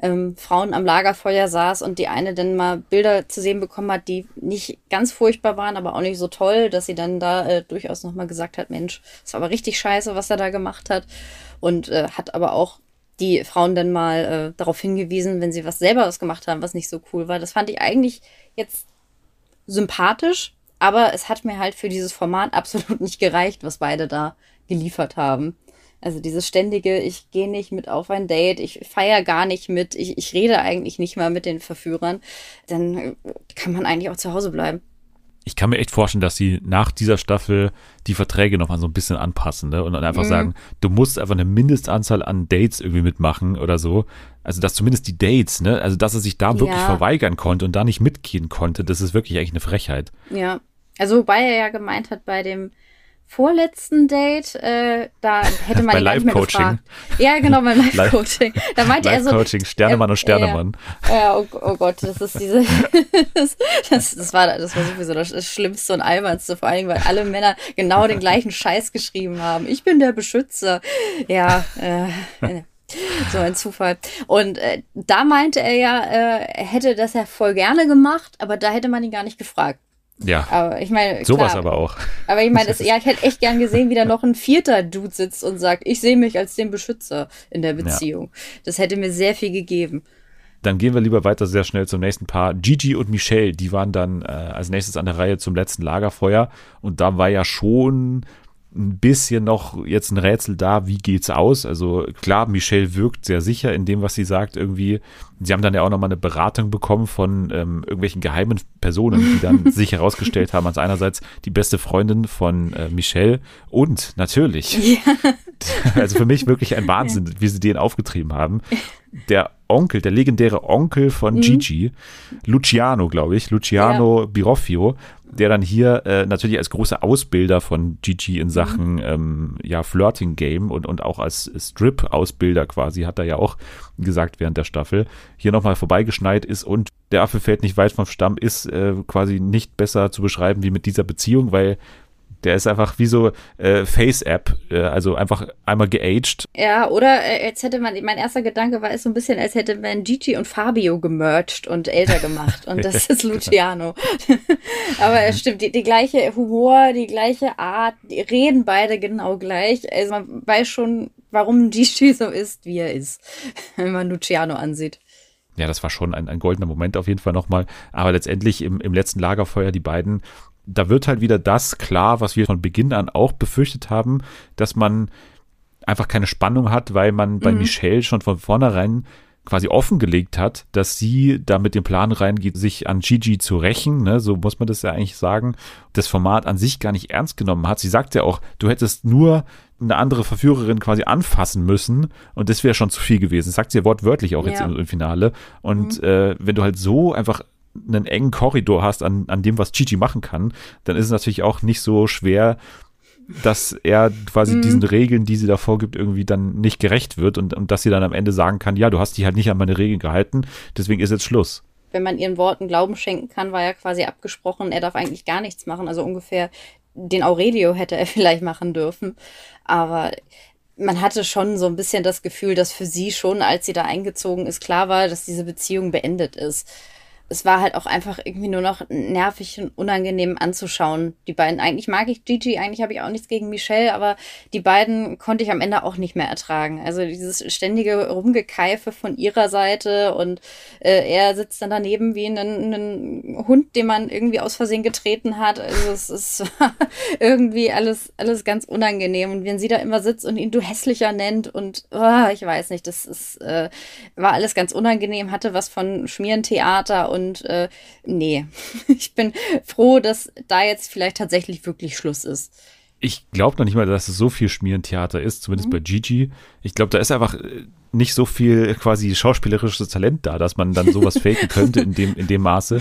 Frauen am Lagerfeuer saß und die eine dann mal Bilder zu sehen bekommen hat, die nicht ganz furchtbar waren, aber auch nicht so toll, dass sie dann da durchaus nochmal gesagt hat, Mensch, das war aber richtig scheiße, was er da gemacht hat. Und hat aber auch die Frauen dann mal darauf hingewiesen, wenn sie selber was gemacht haben, was nicht so cool war. Das fand ich eigentlich jetzt sympathisch, aber es hat mir halt für dieses Format absolut nicht gereicht, was beide da geliefert haben. Also dieses ständige, ich gehe nicht mit auf ein Date, ich feiere gar nicht mit, ich rede eigentlich nicht mal mit den Verführern, dann kann man eigentlich auch zu Hause bleiben. Ich kann mir echt vorstellen, dass sie nach dieser Staffel die Verträge nochmal so ein bisschen anpassen, ne? Und dann einfach sagen, du musst einfach eine Mindestanzahl an Dates irgendwie mitmachen oder so. Also dass zumindest die Dates, ne? Also dass er sich da wirklich verweigern konnte und da nicht mitgehen konnte, das ist wirklich eigentlich eine Frechheit. Ja, also wobei er ja gemeint hat, bei dem vorletzten Date, da hätte man ihn gar nicht mehr gefragt. Ja, genau, beim Live-Coaching. Da meinte er so, Live-Coaching, Sternemann und Sternemann. Ja, oh Gott, das ist diese, das war sowieso das Schlimmste und Albernste, vor allem, weil alle Männer genau den gleichen Scheiß geschrieben haben. Ich bin der Beschützer. Ja, so ein Zufall. Und da meinte er ja, er hätte das ja voll gerne gemacht, aber da hätte man ihn gar nicht gefragt. Ja, aber ich meine, sowas aber auch. Aber ich meine, ich hätte echt gern gesehen, wie da noch ein vierter Dude sitzt und sagt, ich sehe mich als den Beschützer in der Beziehung. Ja. Das hätte mir sehr viel gegeben. Dann gehen wir lieber weiter sehr schnell zum nächsten Paar. Gigi und Michelle, die waren dann als nächstes an der Reihe zum letzten Lagerfeuer. Und da war ja schon ein bisschen noch jetzt ein Rätsel da, wie geht's aus? Also klar, Michelle wirkt sehr sicher in dem, was sie sagt irgendwie. Sie haben dann ja auch nochmal eine Beratung bekommen von irgendwelchen geheimen Personen, die dann sich herausgestellt haben, als einerseits die beste Freundin von Michelle und natürlich, also für mich wirklich ein Wahnsinn, wie sie den aufgetrieben haben. Der legendäre Onkel von Gigi, Luciano, glaube ich, Luciano Biroffio, der dann hier natürlich als großer Ausbilder von Gigi in Sachen Flirting-Game und auch als Strip-Ausbilder quasi, hat er ja auch gesagt während der Staffel, hier nochmal vorbeigeschneit ist und der Affe fällt nicht weit vom Stamm, ist quasi nicht besser zu beschreiben wie mit dieser Beziehung, weil der ist einfach wie so Face-App, also einfach einmal geaged. Ja, oder als hätte mein erster Gedanke war, ist so ein bisschen, als hätte man Gigi und Fabio gemerged und älter gemacht. Und das ist Luciano. Aber es stimmt, die gleiche Humor, die gleiche Art, die reden beide genau gleich. Also man weiß schon, warum Gigi so ist, wie er ist, wenn man Luciano ansieht. Ja, das war schon ein goldener Moment auf jeden Fall nochmal. Aber letztendlich im letzten Lagerfeuer, die beiden, da wird halt wieder das klar, was wir von Beginn an auch befürchtet haben, dass man einfach keine Spannung hat, weil man bei Michelle schon von vornherein quasi offengelegt hat, dass sie da mit dem Plan reingeht, sich an Gigi zu rächen, ne? So muss man das ja eigentlich sagen, das Format an sich gar nicht ernst genommen hat. Sie sagt ja auch, du hättest nur eine andere Verführerin quasi anfassen müssen und das wäre schon zu viel gewesen. Das sagt sie ja wortwörtlich auch jetzt im Finale. Und wenn du halt so einfach einen engen Korridor hast an dem, was Gigi machen kann, dann ist es natürlich auch nicht so schwer, dass er quasi diesen Regeln, die sie da vorgibt, irgendwie dann nicht gerecht wird und dass sie dann am Ende sagen kann, ja, du hast dich halt nicht an meine Regeln gehalten, deswegen ist jetzt Schluss. Wenn man ihren Worten Glauben schenken kann, war ja quasi abgesprochen, er darf eigentlich gar nichts machen, also ungefähr den Aurelio hätte er vielleicht machen dürfen, aber man hatte schon so ein bisschen das Gefühl, dass für sie schon, als sie da eingezogen ist, klar war, dass diese Beziehung beendet ist. Es war halt auch einfach irgendwie nur noch nervig und unangenehm anzuschauen, die beiden. Eigentlich mag ich Gigi, eigentlich habe ich auch nichts gegen Michelle, aber die beiden konnte ich am Ende auch nicht mehr ertragen. Also dieses ständige Rumgekeife von ihrer Seite und er sitzt dann daneben wie ein Hund, den man irgendwie aus Versehen getreten hat. Also es ist irgendwie alles ganz unangenehm. Und wenn sie da immer sitzt und ihn du hässlicher nennt und ich weiß nicht, das ist war alles ganz unangenehm, hatte was von Schmierentheater und nee, ich bin froh, dass da jetzt vielleicht tatsächlich wirklich Schluss ist. Ich glaube noch nicht mal, dass es so viel Schmierentheater ist, zumindest bei Gigi. Ich glaube, da ist einfach nicht so viel quasi schauspielerisches Talent da, dass man dann sowas faken könnte in dem Maße.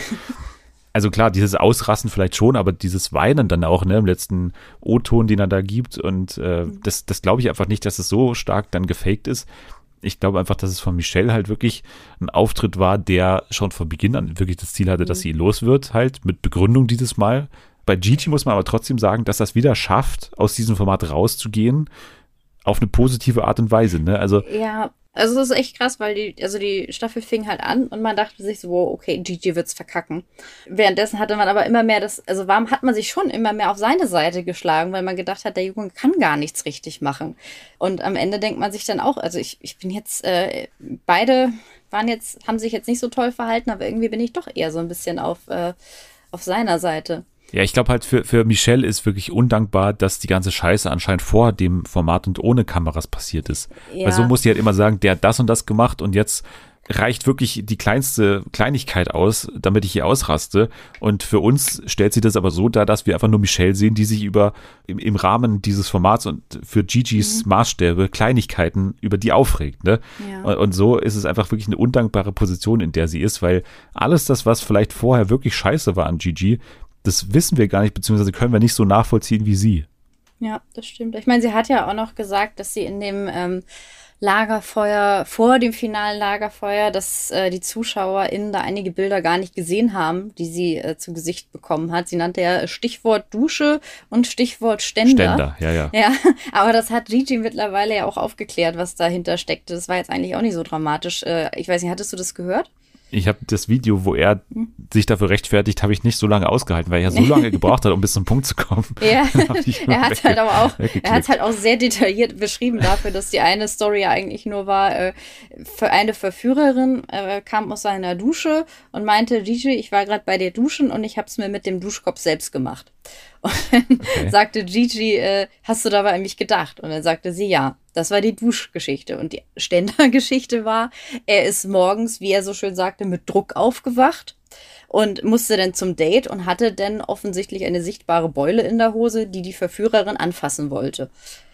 Also klar, dieses Ausrasten vielleicht schon, aber dieses Weinen dann auch, ne, im letzten O-Ton, den er da gibt und das glaube ich einfach nicht, dass es so stark dann gefaked ist. Ich glaube einfach, dass es von Michelle halt wirklich ein Auftritt war, der schon von Beginn an wirklich das Ziel hatte, dass sie los wird, halt mit Begründung dieses Mal. Bei Gigi muss man aber trotzdem sagen, dass das wieder schafft, aus diesem Format rauszugehen, auf eine positive Art und Weise. Ne? Also ja, Also es ist echt krass, weil die Staffel fing halt an und man dachte sich so, wow, okay, Gigi wird's verkacken. Währenddessen hatte man aber immer mehr warum hat man sich schon immer mehr auf seine Seite geschlagen, weil man gedacht hat, der Junge kann gar nichts richtig machen. Und am Ende denkt man sich dann auch, also ich bin jetzt, beide haben sich jetzt nicht so toll verhalten, aber irgendwie bin ich doch eher so ein bisschen auf seiner Seite. Ja, ich glaube halt für Michelle ist wirklich undankbar, dass die ganze Scheiße anscheinend vor dem Format und ohne Kameras passiert ist. Ja. Weil so muss sie halt immer sagen, der hat das und das gemacht und jetzt reicht wirklich die kleinste Kleinigkeit aus, damit ich hier ausraste. Und für uns stellt sie das aber so dar, dass wir einfach nur Michelle sehen, die sich im Rahmen dieses Formats und für Gigi's Maßstäbe Kleinigkeiten über die aufregt. Ne? Ja. Und so ist es einfach wirklich eine undankbare Position, in der sie ist, weil alles das, was vielleicht vorher wirklich scheiße war an Gigi, das wissen wir gar nicht, beziehungsweise können wir nicht so nachvollziehen wie sie. Ja, das stimmt. Ich meine, sie hat ja auch noch gesagt, dass sie in dem Lagerfeuer, vor dem finalen Lagerfeuer, dass die ZuschauerInnen da einige Bilder gar nicht gesehen haben, die sie zu Gesicht bekommen hat. Sie nannte ja Stichwort Dusche und Stichwort Ständer. Ja. Ja, aber das hat Gigi mittlerweile ja auch aufgeklärt, was dahinter steckte. Das war jetzt eigentlich auch nicht so dramatisch. Ich weiß nicht, hattest du das gehört? Ich habe das Video, wo er sich dafür rechtfertigt, habe ich nicht so lange ausgehalten, weil er so lange gebraucht hat, um bis zum Punkt zu kommen. Ja, er hat es halt auch sehr detailliert beschrieben dafür, dass die eine Story ja eigentlich nur war, für eine Verführerin kam aus seiner Dusche und meinte, Gigi, ich war gerade bei dir duschen und ich habe es mir mit dem Duschkopf selbst gemacht. Und dann sagte Gigi, hast du dabei an mich gedacht? Und dann sagte sie, ja. Das war die Duschgeschichte. Und die Ständergeschichte war, er ist morgens, wie er so schön sagte, mit Druck aufgewacht und musste dann zum Date und hatte dann offensichtlich eine sichtbare Beule in der Hose, die Verführerin anfassen wollte.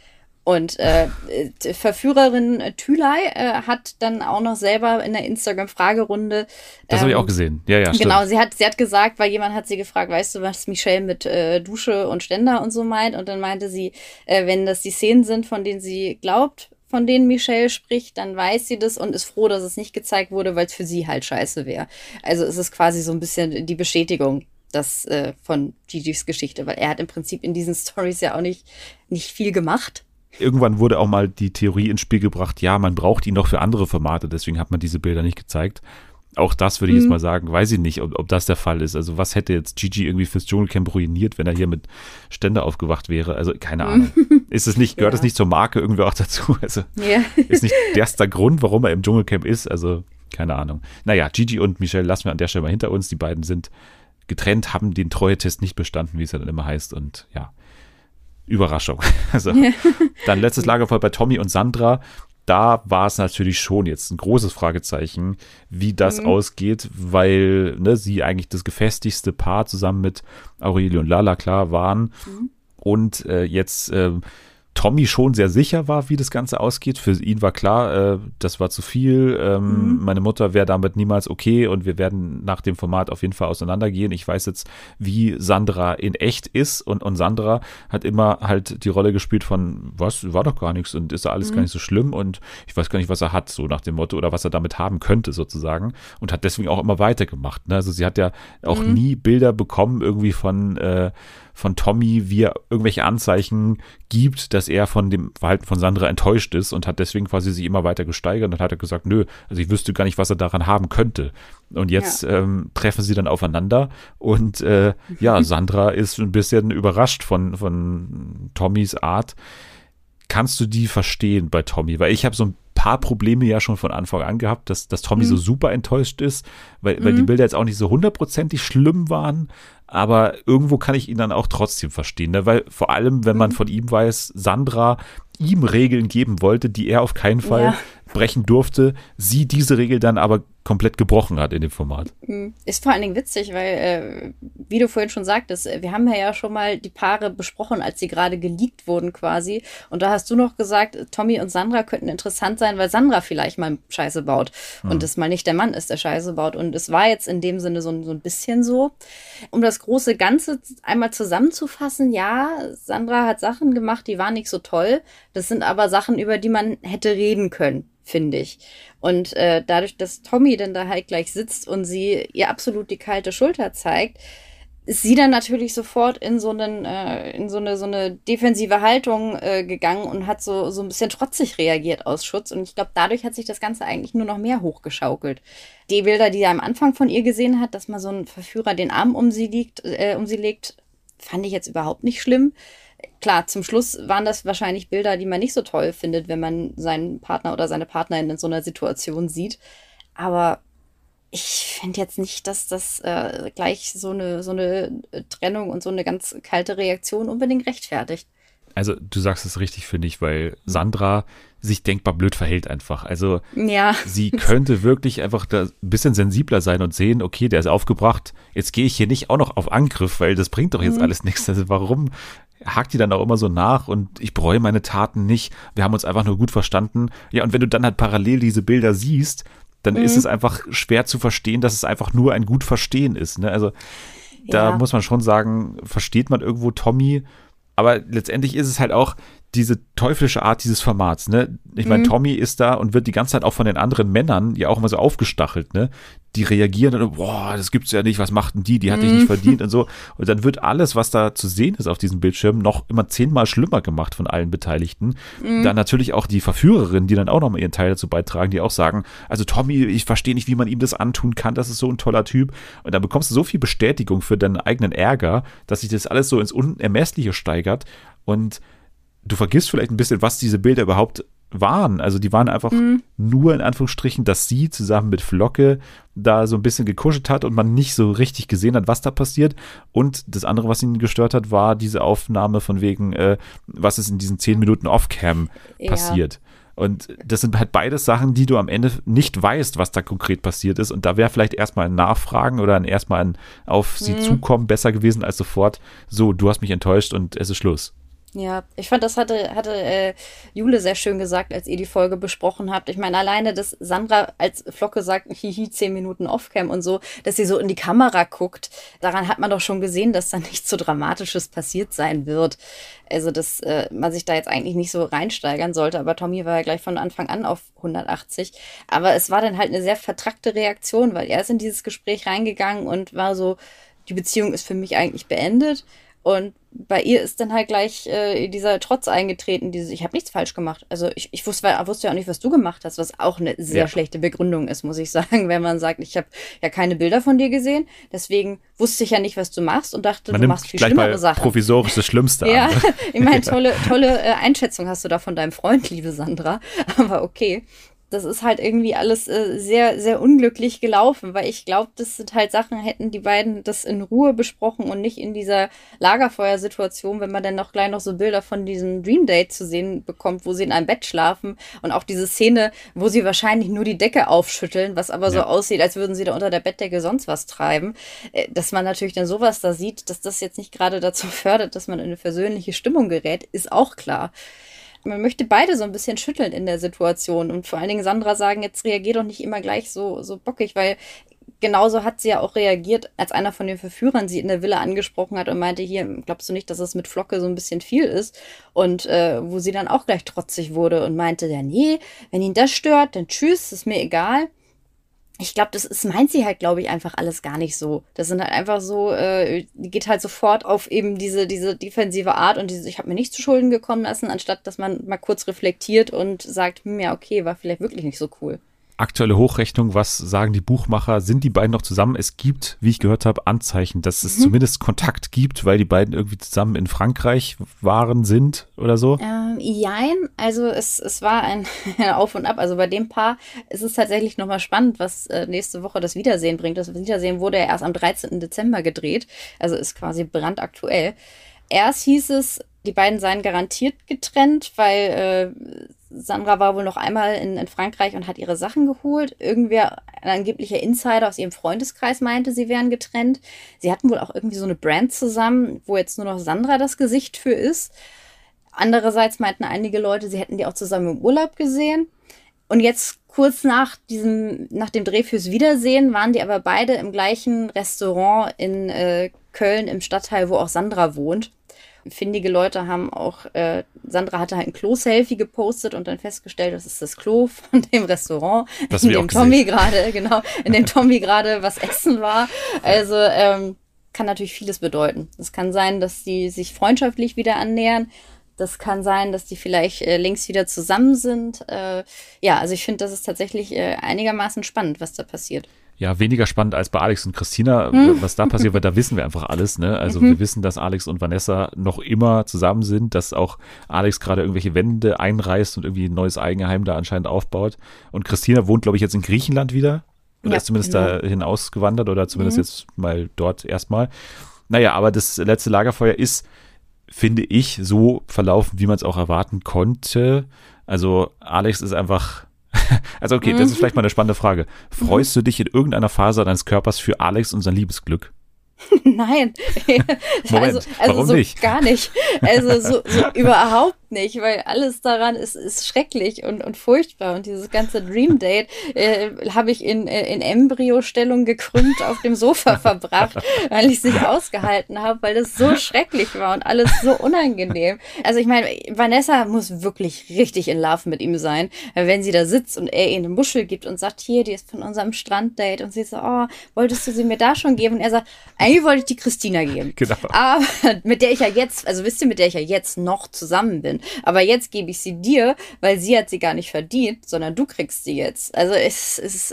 Und Verführerin Thülay hat dann auch noch selber in der Instagram-Fragerunde das habe ich auch gesehen. Ja, stimmt. Genau, sie hat gesagt, weil jemand hat sie gefragt, weißt du, was Michelle mit Dusche und Ständer und so meint? Und dann meinte sie, wenn das die Szenen sind, von denen sie glaubt, von denen Michelle spricht, dann weiß sie das und ist froh, dass es nicht gezeigt wurde, weil es für sie halt scheiße wäre. Also es ist quasi so ein bisschen die Bestätigung von Gigis Geschichte, weil er hat im Prinzip in diesen Stories ja auch nicht viel gemacht. Irgendwann wurde auch mal die Theorie ins Spiel gebracht, ja, man braucht ihn noch für andere Formate, deswegen hat man diese Bilder nicht gezeigt. Auch das würde ich jetzt mal sagen, weiß ich nicht, ob das der Fall ist. Also was hätte jetzt Gigi irgendwie fürs Dschungelcamp ruiniert, wenn er hier mit Ständer aufgewacht wäre? Also keine Ahnung. Gehört es nicht zur Marke irgendwie auch dazu? Also ist nicht der Grund, warum er im Dschungelcamp ist? Also keine Ahnung. Naja, Gigi und Michelle lassen wir an der Stelle mal hinter uns. Die beiden sind getrennt, haben den Treue-Test nicht bestanden, wie es ja dann immer heißt. Und ja, Überraschung. Also dann letztes Lagerfeuer bei Tommy und Sandra. Da war es natürlich schon jetzt ein großes Fragezeichen, wie das ausgeht, weil sie eigentlich das gefestigste Paar zusammen mit Aurelie und Lala klar waren und jetzt Tommy schon sehr sicher war, wie das Ganze ausgeht. Für ihn war klar, das war zu viel. Meine Mutter wäre damit niemals okay und wir werden nach dem Format auf jeden Fall auseinandergehen. Ich weiß jetzt, wie Sandra in echt ist und Sandra hat immer halt die Rolle gespielt von, was, war doch gar nichts und ist da alles gar nicht so schlimm und ich weiß gar nicht, was er hat, so nach dem Motto oder was er damit haben könnte sozusagen und hat deswegen auch immer weitergemacht. Ne? Also sie hat ja auch nie Bilder bekommen irgendwie von Tommy, wie er irgendwelche Anzeichen gibt, dass er von dem Verhalten von Sandra enttäuscht ist und hat deswegen quasi sich immer weiter gesteigert und dann hat er gesagt, nö, also ich wüsste gar nicht, was er daran haben könnte. Und jetzt treffen sie dann aufeinander und Sandra ist ein bisschen überrascht von Tommys Art. Kannst du die verstehen bei Tommy? Weil ich habe so ein paar Probleme ja schon von Anfang an gehabt, dass Tommy so super enttäuscht ist, weil die Bilder jetzt auch nicht so hundertprozentig schlimm waren, aber irgendwo kann ich ihn dann auch trotzdem verstehen, ne? Weil vor allem, wenn man von ihm weiß, Sandra ihm Regeln geben wollte, die er auf keinen Fall brechen durfte, sie diese Regel dann aber komplett gebrochen hat in dem Format. Ist vor allen Dingen witzig, weil, wie du vorhin schon sagtest, wir haben ja schon mal die Paare besprochen, als sie gerade geleakt wurden quasi. Und da hast du noch gesagt, Tommy und Sandra könnten interessant sein, weil Sandra vielleicht mal Scheiße baut und es mal nicht der Mann ist, der Scheiße baut. Und es war jetzt in dem Sinne so ein bisschen so. Um das große Ganze einmal zusammenzufassen, ja, Sandra hat Sachen gemacht, die waren nicht so toll. Das sind aber Sachen, über die man hätte reden können, finde ich. Und dadurch, dass Tommy dann da halt gleich sitzt und sie ihr absolut die kalte Schulter zeigt, ist sie dann natürlich sofort in so eine defensive Haltung gegangen und hat so ein bisschen trotzig reagiert aus Schutz. Und ich glaube, dadurch hat sich das Ganze eigentlich nur noch mehr hochgeschaukelt. Die Bilder, die er am Anfang von ihr gesehen hat, dass mal so ein Verführer den Arm um sie legt, fand ich jetzt überhaupt nicht schlimm. Klar, zum Schluss waren das wahrscheinlich Bilder, die man nicht so toll findet, wenn man seinen Partner oder seine Partnerin in so einer Situation sieht. Aber ich finde jetzt nicht, dass das gleich so eine Trennung und so eine ganz kalte Reaktion unbedingt rechtfertigt. Also du sagst es richtig, finde ich, weil Sandra sich denkbar blöd verhält einfach. Also ja. Sie könnte wirklich einfach da ein bisschen sensibler sein und sehen, okay, der ist aufgebracht, jetzt gehe ich hier nicht auch noch auf Angriff, weil das bringt doch jetzt alles nichts. Also warum hakt die dann auch immer so nach und ich bereue meine Taten nicht, wir haben uns einfach nur gut verstanden. Ja, und wenn du dann halt parallel diese Bilder siehst, dann ist es einfach schwer zu verstehen, dass es einfach nur ein gut Verstehen ist. Ne? Also da muss man schon sagen, versteht man irgendwo Tommy, aber letztendlich ist es halt auch diese teuflische Art dieses Formats, ne? Ich meine, Tommy ist da und wird die ganze Zeit auch von den anderen Männern ja auch immer so aufgestachelt, ne? Die reagieren dann, boah, das gibt's ja nicht, was macht denn die hat dich nicht verdient und so. Und dann wird alles, was da zu sehen ist auf diesem Bildschirm, noch immer 10-mal schlimmer gemacht von allen Beteiligten. Dann natürlich auch die Verführerinnen, die dann auch nochmal ihren Teil dazu beitragen, die auch sagen, also Tommy, ich verstehe nicht, wie man ihm das antun kann, das ist so ein toller Typ. Und dann bekommst du so viel Bestätigung für deinen eigenen Ärger, dass sich das alles so ins Unermessliche steigert und du vergisst vielleicht ein bisschen, was diese Bilder überhaupt waren. Also die waren einfach nur in Anführungsstrichen, dass sie zusammen mit Flocke da so ein bisschen gekuschelt hat und man nicht so richtig gesehen hat, was da passiert. Und das andere, was ihn gestört hat, war diese Aufnahme von wegen, was ist in diesen 10 Minuten Off-Cam passiert. Und das sind halt beides Sachen, die du am Ende nicht weißt, was da konkret passiert ist. Und da wäre vielleicht erstmal ein Nachfragen oder erstmal ein auf sie zukommen besser gewesen als sofort, so, du hast mich enttäuscht und es ist Schluss. Ja, ich fand, das hatte Jule sehr schön gesagt, als ihr die Folge besprochen habt. Ich meine, alleine, dass Sandra als Flocke sagt, hihi, 10 Minuten Offcam und so, dass sie so in die Kamera guckt, daran hat man doch schon gesehen, dass da nichts so Dramatisches passiert sein wird. Also, dass man sich da jetzt eigentlich nicht so reinsteigern sollte. Aber Tommy war ja gleich von Anfang an auf 180. Aber es war dann halt eine sehr vertrackte Reaktion, weil er ist in dieses Gespräch reingegangen und war so, die Beziehung ist für mich eigentlich beendet. Und bei ihr ist dann halt gleich dieser Trotz eingetreten, ich habe nichts falsch gemacht. Also ich wusste ja auch nicht, was du gemacht hast, was auch eine sehr schlechte Begründung ist, muss ich sagen, wenn man sagt, ich habe ja keine Bilder von dir gesehen, deswegen wusste ich ja nicht, was du machst und dachte, du machst viel schlimmere Sachen. Provisorisch das Schlimmste an. Ja, ne? Ich meine, tolle Einschätzung hast du da von deinem Freund, liebe Sandra, aber okay. Das ist halt irgendwie alles sehr, sehr unglücklich gelaufen, weil ich glaube, das sind halt Sachen, hätten die beiden das in Ruhe besprochen und nicht in dieser Lagerfeuersituation, wenn man dann noch gleich noch so Bilder von diesem Dream Date zu sehen bekommt, wo sie in einem Bett schlafen und auch diese Szene, wo sie wahrscheinlich nur die Decke aufschütteln, was aber so aussieht, als würden sie da unter der Bettdecke sonst was treiben, dass man natürlich dann sowas da sieht, dass das jetzt nicht gerade dazu fördert, dass man in eine versöhnliche Stimmung gerät, ist auch klar. Man möchte beide so ein bisschen schütteln in der Situation und vor allen Dingen Sandra sagen, jetzt reagier doch nicht immer gleich so bockig, weil genauso hat sie ja auch reagiert, als einer von den Verführern sie in der Villa angesprochen hat und meinte, hier, glaubst du nicht, dass es mit Flocke so ein bisschen viel ist? Und wo sie dann auch gleich trotzig wurde und meinte, ja nee, wenn ihn das stört, dann tschüss, ist mir egal. Ich glaube, meint sie halt, glaube ich, einfach alles gar nicht so. Das sind halt einfach so, die geht halt sofort auf eben diese defensive Art und ich habe mir nicht zu Schulden gekommen lassen, anstatt dass man mal kurz reflektiert und sagt, ja, okay, war vielleicht wirklich nicht so cool. Aktuelle Hochrechnung, was sagen die Buchmacher? Sind die beiden noch zusammen? Es gibt, wie ich gehört habe, Anzeichen, dass es zumindest Kontakt gibt, weil die beiden irgendwie zusammen in Frankreich sind oder so? Jein, also es war ein Auf und Ab. Also bei dem Paar ist es tatsächlich nochmal spannend, was nächste Woche das Wiedersehen bringt. Das Wiedersehen wurde ja erst am 13. Dezember gedreht, also ist quasi brandaktuell. Erst hieß es, die beiden seien garantiert getrennt, weil Sandra war wohl noch einmal in Frankreich und hat ihre Sachen geholt. Irgendwer, ein angeblicher Insider aus ihrem Freundeskreis meinte, sie wären getrennt. Sie hatten wohl auch irgendwie so eine Brand zusammen, wo jetzt nur noch Sandra das Gesicht für ist. Andererseits meinten einige Leute, sie hätten die auch zusammen im Urlaub gesehen. Und jetzt kurz nach dem Dreh fürs Wiedersehen waren die aber beide im gleichen Restaurant in Köln im Stadtteil, wo auch Sandra wohnt. Findige Leute haben auch, Sandra hatte halt ein Klo-Selfie gepostet und dann festgestellt, das ist das Klo von dem Restaurant, in dem Tommy gerade was essen war. Also kann natürlich vieles bedeuten. Es kann sein, dass die sich freundschaftlich wieder annähern. Das kann sein, dass die vielleicht längst wieder zusammen sind. Also ich finde, das ist tatsächlich einigermaßen spannend, was da passiert. Ja, weniger spannend als bei Alex und Christina, was da passiert, weil da wissen wir einfach alles, ne? Also wir wissen, dass Alex und Vanessa noch immer zusammen sind, dass auch Alex gerade irgendwelche Wände einreißt und irgendwie ein neues Eigenheim da anscheinend aufbaut. Und Christina wohnt, glaube ich, jetzt in Griechenland wieder. Oder ist zumindest dahin ausgewandert oder zumindest jetzt mal dort erstmal. Naja, aber das letzte Lagerfeuer ist, finde ich, so verlaufen, wie man es auch erwarten konnte. Also Alex ist einfach... Also okay, das ist vielleicht mal eine spannende Frage. Freust du dich in irgendeiner Faser deines Körpers für Alex und sein Liebesglück? Nein. Moment, also warum so nicht? Gar nicht. Also so überhaupt nicht, weil alles daran ist schrecklich und furchtbar. Und dieses ganze Dream Date habe ich in Embryostellung gekrümmt auf dem Sofa verbracht, weil ich es nicht ausgehalten habe, weil das so schrecklich war und alles so unangenehm. Also ich meine, Vanessa muss wirklich richtig in Love mit ihm sein, wenn sie da sitzt und er ihr eine Muschel gibt und sagt, hier, die ist von unserem Stranddate. Und sie so, oh, wolltest du sie mir da schon geben? Und er sagt, eigentlich wollte ich die Christina geben. Genau. Aber mit der ich ja jetzt, also wisst ihr, mit der ich ja jetzt noch zusammen bin. Aber jetzt gebe ich sie dir, weil sie hat sie gar nicht verdient, sondern du kriegst sie jetzt. Also es ist,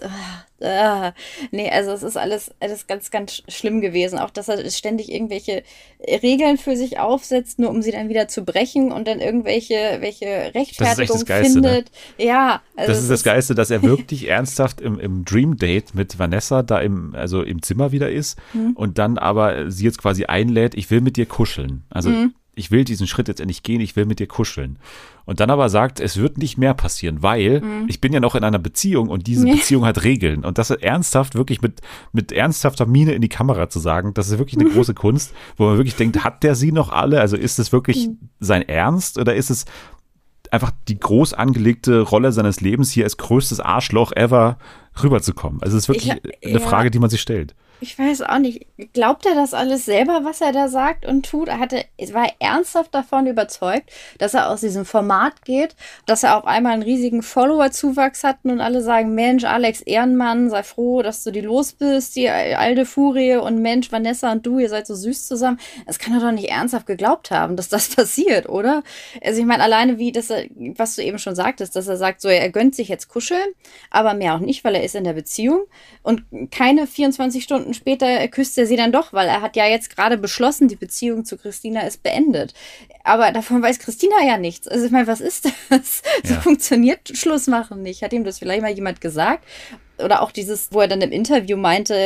also es ist alles ganz, ganz schlimm gewesen. Auch, dass er ständig irgendwelche Regeln für sich aufsetzt, nur um sie dann wieder zu brechen und dann welche Rechtfertigung Geilste, findet. Ne? Ja. Also das ist das Geilste, dass er wirklich ernsthaft im Dream Date mit Vanessa da im Zimmer wieder ist und dann aber sie jetzt quasi einlädt, ich will mit dir kuscheln. Also ich will diesen Schritt jetzt endlich gehen, ich will mit dir kuscheln. Und dann aber sagt, es wird nicht mehr passieren, weil ich bin ja noch in einer Beziehung und diese Beziehung hat Regeln. Und das ernsthaft, wirklich mit ernsthafter Miene in die Kamera zu sagen, das ist wirklich eine große Kunst, wo man wirklich denkt, hat der sie noch alle? Also ist es wirklich sein Ernst oder ist es einfach die groß angelegte Rolle seines Lebens, hier als größtes Arschloch ever rüberzukommen? Also es ist wirklich eine Frage, die man sich stellt. Ich weiß auch nicht. Glaubt er das alles selber, was er da sagt und tut? War er ernsthaft davon überzeugt, dass er aus diesem Format geht, dass er auf einmal einen riesigen Follower-Zuwachs hat und alle sagen, Mensch, Alex Ehrenmann, sei froh, dass du die los bist, die alte Furie und Mensch, Vanessa und du, ihr seid so süß zusammen. Das kann er doch nicht ernsthaft geglaubt haben, dass das passiert, oder? Also ich meine, alleine was du eben schon sagtest, dass er sagt, so, er gönnt sich jetzt kuscheln, aber mehr auch nicht, weil er ist in der Beziehung und keine 24 Stunden später küsst er sie dann doch, weil er hat ja jetzt gerade beschlossen, die Beziehung zu Christina ist beendet. Aber davon weiß Christina ja nichts. Also ich meine, was ist das? So funktioniert Schlussmachen nicht. Hat ihm das vielleicht mal jemand gesagt? Oder auch dieses, wo er dann im Interview meinte,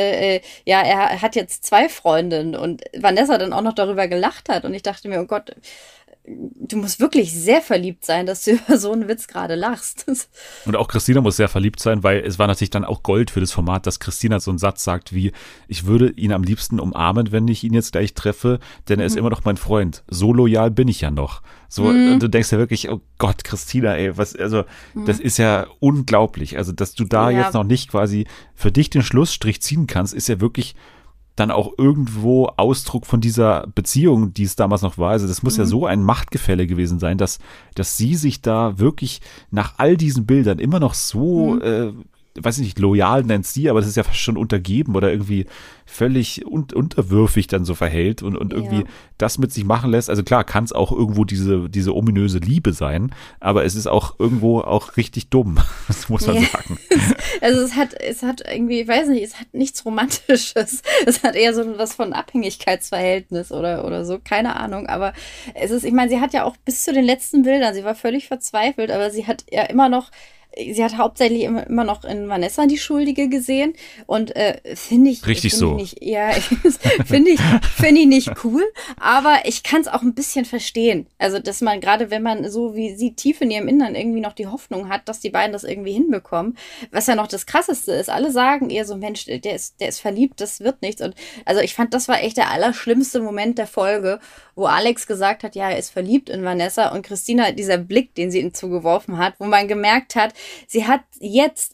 er hat jetzt 2 Freundinnen und Vanessa dann auch noch darüber gelacht hat. Und ich dachte mir, oh Gott, du musst wirklich sehr verliebt sein, dass du über so einen Witz gerade lachst. Und auch Christina muss sehr verliebt sein, weil es war natürlich dann auch Gold für das Format, dass Christina so einen Satz sagt wie, ich würde ihn am liebsten umarmen, wenn ich ihn jetzt gleich treffe, denn er ist immer noch mein Freund. So loyal bin ich ja noch. So, und du denkst ja wirklich, oh Gott, Christina, ey, das ist ja unglaublich. Also, dass du da jetzt noch nicht quasi für dich den Schlussstrich ziehen kannst, ist ja wirklich dann auch irgendwo Ausdruck von dieser Beziehung, die es damals noch war. Also das muss ja so ein Machtgefälle gewesen sein, dass sie sich da wirklich nach all diesen Bildern immer noch so, weiß ich nicht, loyal nennt sie, aber das ist ja fast schon untergeben oder irgendwie völlig unterwürfig dann so verhält und irgendwie das mit sich machen lässt. Also klar, kann es auch irgendwo diese ominöse Liebe sein, aber es ist auch irgendwo auch richtig dumm, das muss man sagen. Also es hat irgendwie, ich weiß nicht, es hat nichts Romantisches. Es hat eher so was von Abhängigkeitsverhältnis oder so, keine Ahnung. Aber es ist, ich meine, sie hat ja auch bis zu den letzten Bildern, sie war völlig verzweifelt, aber sie hat ja immer noch, sie hat hauptsächlich immer noch in Vanessa die Schuldige gesehen und finde ich richtig so. Finde ich nicht cool, aber ich kann es auch ein bisschen verstehen. Also, dass man gerade, wenn man so wie sie tief in ihrem Innern irgendwie noch die Hoffnung hat, dass die beiden das irgendwie hinbekommen, was ja noch das Krasseste ist. Alle sagen eher so, Mensch, der ist verliebt, das wird nichts. Und also ich fand, das war echt der allerschlimmste Moment der Folge, wo Alex gesagt hat, ja, er ist verliebt in Vanessa und Christina, dieser Blick, den sie ihm zugeworfen hat, wo man gemerkt hat, sie hat jetzt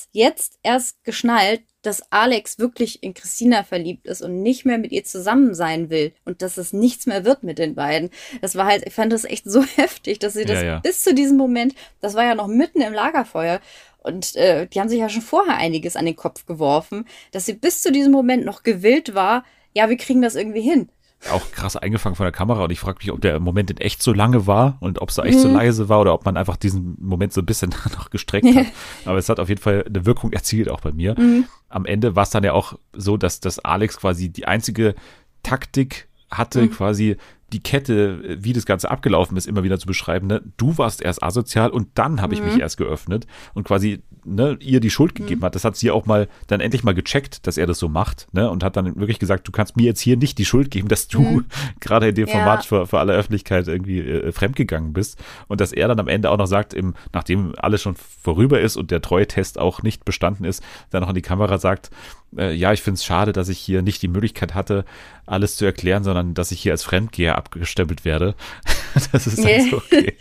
erst geschnallt, dass Alex wirklich in Christina verliebt ist und nicht mehr mit ihr zusammen sein will und dass es nichts mehr wird mit den beiden. Das war halt, ich fand das echt so heftig, dass sie das bis zu diesem Moment, das war ja noch mitten im Lagerfeuer und die haben sich ja schon vorher einiges an den Kopf geworfen, dass sie bis zu diesem Moment noch gewillt war, ja, wir kriegen das irgendwie hin. Auch krass eingefangen von der Kamera und ich frage mich, ob der Moment in echt so lange war und ob es da echt so leise war oder ob man einfach diesen Moment so ein bisschen noch gestreckt hat. Aber es hat auf jeden Fall eine Wirkung erzielt, auch bei mir. Am Ende war es dann ja auch so, dass Alex quasi die einzige Taktik hatte, quasi die Kette, wie das Ganze abgelaufen ist, immer wieder zu beschreiben. Ne? Du warst erst asozial und dann habe ich mich erst geöffnet und quasi ihr die Schuld gegeben hat. Das hat sie auch mal dann endlich mal gecheckt, dass er das so macht, ne? Und hat dann wirklich gesagt, du kannst mir jetzt hier nicht die Schuld geben, dass du gerade in dem Format für alle Öffentlichkeit irgendwie fremdgegangen bist. Und dass er dann am Ende auch noch sagt, nachdem alles schon vorüber ist und der Treue-Test auch nicht bestanden ist, dann noch in die Kamera sagt, ja, ich finde es schade, dass ich hier nicht die Möglichkeit hatte, alles zu erklären, sondern dass ich hier als Fremdgeher abgestempelt werde. Das ist dann so okay.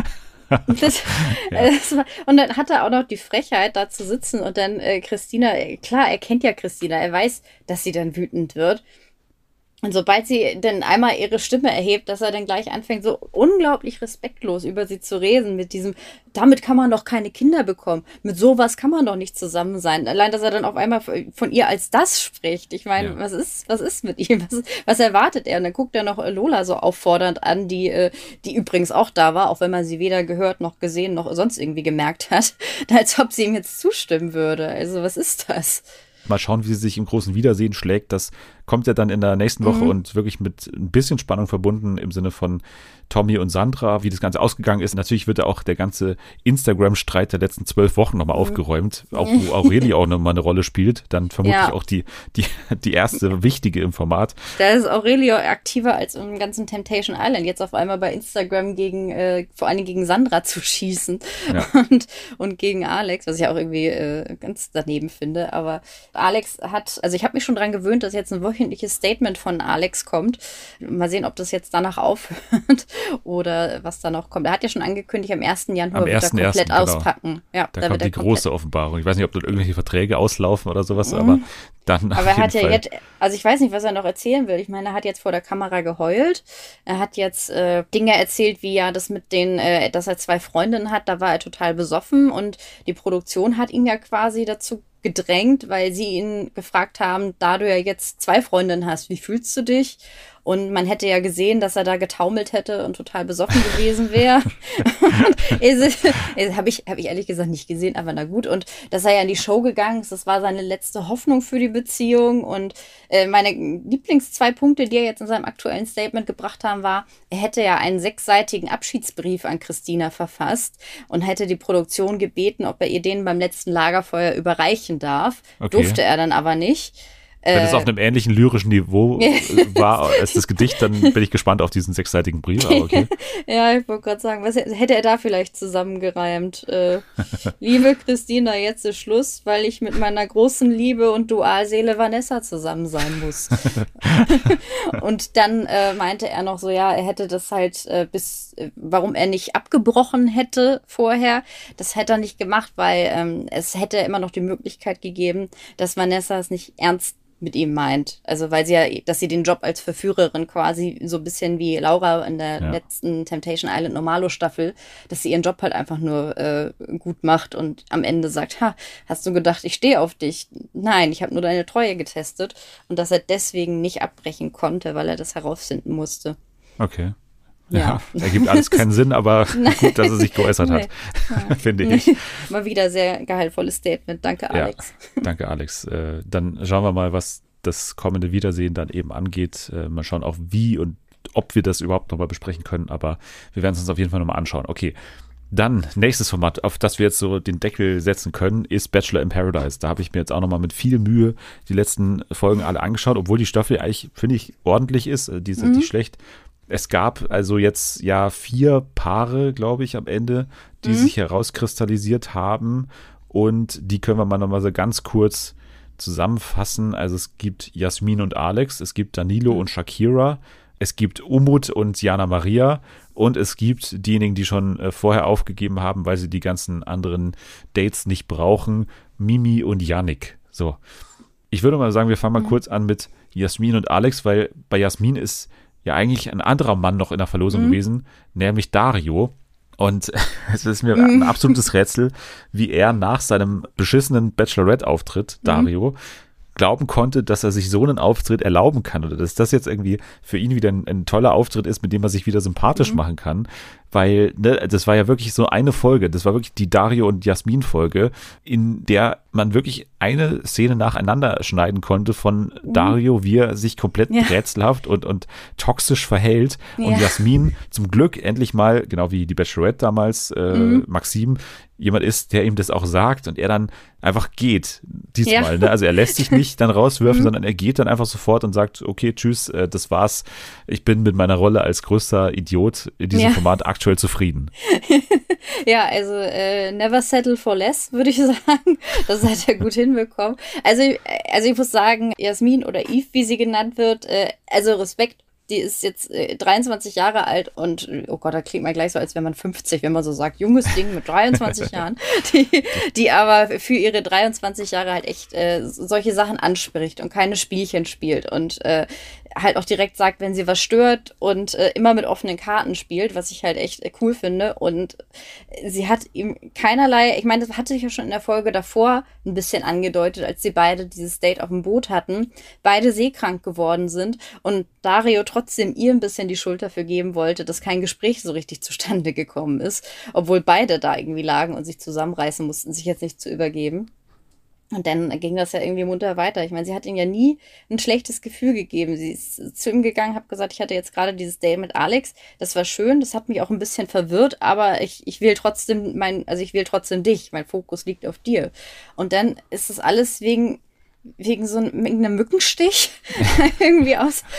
Und dann hat er auch noch die Frechheit, da zu sitzen und dann Christina, klar, er kennt ja Christina, er weiß, dass sie dann wütend wird. Und sobald sie dann einmal ihre Stimme erhebt, dass er dann gleich anfängt, so unglaublich respektlos über sie zu reden, mit diesem, damit kann man doch keine Kinder bekommen, mit sowas kann man doch nicht zusammen sein. Allein, dass er dann auf einmal von ihr als das spricht. Ich meine, was ist mit ihm? Was erwartet er? Und dann guckt er noch Lola so auffordernd an, die übrigens auch da war, auch wenn man sie weder gehört, noch gesehen, noch sonst irgendwie gemerkt hat, als ob sie ihm jetzt zustimmen würde. Also, was ist das? Mal schauen, wie sie sich im großen Wiedersehen schlägt. Das kommt ja dann in der nächsten Woche und wirklich mit ein bisschen Spannung verbunden im Sinne von Tommy und Sandra, wie das Ganze ausgegangen ist. Natürlich wird da auch der ganze Instagram-Streit der letzten 12 Wochen nochmal aufgeräumt, auch wo Aurelie auch nochmal eine Rolle spielt. Dann vermutlich auch die erste wichtige im Format. Da ist Aurelie aktiver als im ganzen Temptation Island. Jetzt auf einmal bei Instagram vor allen Dingen gegen Sandra zu schießen und gegen Alex, was ich auch irgendwie ganz daneben finde. Aber Alex also ich habe mich schon dran gewöhnt, dass jetzt ein wöchentliches Statement von Alex kommt. Mal sehen, ob das jetzt danach aufhört oder was da noch kommt. Er hat ja schon angekündigt, am 1. Januar wird er komplett auspacken. Ja, da kommt die große Offenbarung. Ich weiß nicht, ob dort irgendwelche Verträge auslaufen oder sowas, aber dann aber er hat ja jetzt, also ich weiß nicht, was er noch erzählen will. Ich meine, er hat jetzt vor der Kamera geheult. Er hat jetzt Dinge erzählt, wie ja das mit dass er 2 Freundinnen hat. Da war er total besoffen und die Produktion hat ihn ja quasi dazu gedrängt, weil sie ihn gefragt haben, da du ja jetzt 2 Freundinnen hast, wie fühlst du dich? Und man hätte ja gesehen, dass er da getaumelt hätte und total besoffen gewesen wäre. Habe ich ehrlich gesagt nicht gesehen, aber na gut. Und dass er ja in die Show gegangen ist, das war seine letzte Hoffnung für die Beziehung. Und meine Lieblings-2 Punkte, die er jetzt in seinem aktuellen Statement gebracht haben, war, er hätte ja einen 6-seitigen Abschiedsbrief an Christina verfasst und hätte die Produktion gebeten, ob er ihr den beim letzten Lagerfeuer überreichen darf. Okay. Durfte er dann aber nicht. Wenn es auf einem ähnlichen lyrischen Niveau war als das Gedicht, dann bin ich gespannt auf diesen 6-seitigen Brief. Aber okay. Ja, ich wollte gerade sagen, was hätte er da vielleicht zusammengereimt? Liebe Christina, jetzt ist Schluss, weil ich mit meiner großen Liebe und Dualseele Vanessa zusammen sein muss. Und dann meinte er noch so, ja, er hätte das halt warum er nicht abgebrochen hätte vorher, das hätte er nicht gemacht, weil es hätte immer noch die Möglichkeit gegeben, dass Vanessa es nicht ernst mit ihm meint. Also weil dass sie den Job als Verführerin quasi so ein bisschen wie Laura in der letzten Temptation Island Normalo Staffel, dass sie ihren Job halt einfach nur gut macht und am Ende sagt, hast du gedacht, ich stehe auf dich? Nein, ich habe nur deine Treue getestet und dass er deswegen nicht abbrechen konnte, weil er das herausfinden musste. Okay. Ja, ergibt alles keinen Sinn, aber gut, dass er sich geäußert hat, finde ich. Mal wieder sehr gehaltvolles Statement. Danke, Alex. Ja, danke, Alex. Dann schauen wir mal, was das kommende Wiedersehen dann eben angeht. Mal schauen auch, wie und ob wir das überhaupt nochmal besprechen können, aber wir werden es uns auf jeden Fall nochmal anschauen. Okay, dann nächstes Format, auf das wir jetzt so den Deckel setzen können, ist Bachelor in Paradise. Da habe ich mir jetzt auch nochmal mit viel Mühe die letzten Folgen alle angeschaut, obwohl die Staffel eigentlich, finde ich, ordentlich ist. Die ist nicht schlecht. Es gab also jetzt 4 Paare, glaube ich, am Ende, die sich herauskristallisiert haben und die können wir mal nochmal so ganz kurz zusammenfassen. Also es gibt Jasmin und Alex, es gibt Danilo und Shakira, es gibt Umut und Jana Maria und es gibt diejenigen, die schon vorher aufgegeben haben, weil sie die ganzen anderen Dates nicht brauchen, Mimi und Yannick. So, ich würde mal sagen, wir fangen mal kurz an mit Jasmin und Alex, weil bei Jasmin ist ja eigentlich ein anderer Mann noch in der Verlosung gewesen, nämlich Dario. Und es ist mir ein absolutes Rätsel, wie er nach seinem beschissenen Bachelorette-Auftritt, Dario, glauben konnte, dass er sich so einen Auftritt erlauben kann oder dass das jetzt irgendwie für ihn wieder ein toller Auftritt ist, mit dem er sich wieder sympathisch machen kann, weil das war ja wirklich so eine Folge, das war wirklich die Dario und Jasmin Folge, in der man wirklich eine Szene nacheinander schneiden konnte von Dario, wie er sich komplett rätselhaft und toxisch verhält und Jasmin zum Glück endlich mal, genau wie die Bachelorette damals, Maxim, jemand ist, der ihm das auch sagt und er dann einfach geht, diesmal. Ne? Also er lässt sich nicht dann rauswerfen, sondern er geht dann einfach sofort und sagt, okay, tschüss, das war's. Ich bin mit meiner Rolle als größter Idiot in diesem Format aktuell zufrieden. Ja, also never settle for less, würde ich sagen. Das hat er gut hinbekommen. Also ich muss sagen, Jasmin oder Eve, wie sie genannt wird, also Respekt. Die ist jetzt 23 Jahre alt und, oh Gott, da klingt man gleich so, als wäre man 50, wenn man so sagt, junges Ding mit 23 Jahren, die aber für ihre 23 Jahre halt echt solche Sachen anspricht und keine Spielchen spielt und halt auch direkt sagt, wenn sie was stört und immer mit offenen Karten spielt, was ich halt echt cool finde. Und sie hat ihm keinerlei, ich meine, das hatte ich ja schon in der Folge davor ein bisschen angedeutet, als sie beide dieses Date auf dem Boot hatten, beide seekrank geworden sind und Dario trotzdem ihr ein bisschen die Schuld dafür geben wollte, dass kein Gespräch so richtig zustande gekommen ist, obwohl beide da irgendwie lagen und sich zusammenreißen mussten, sich jetzt nicht zu übergeben. Und dann ging das ja irgendwie munter weiter. Ich meine, sie hat ihm ja nie ein schlechtes Gefühl gegeben. Sie ist zu ihm gegangen, hat gesagt, ich hatte jetzt gerade dieses Date mit Alex. Das war schön, das hat mich auch ein bisschen verwirrt, aber ich will trotzdem ich will trotzdem dich. Mein Fokus liegt auf dir. Und dann ist das alles wegen so einem Mückenstich irgendwie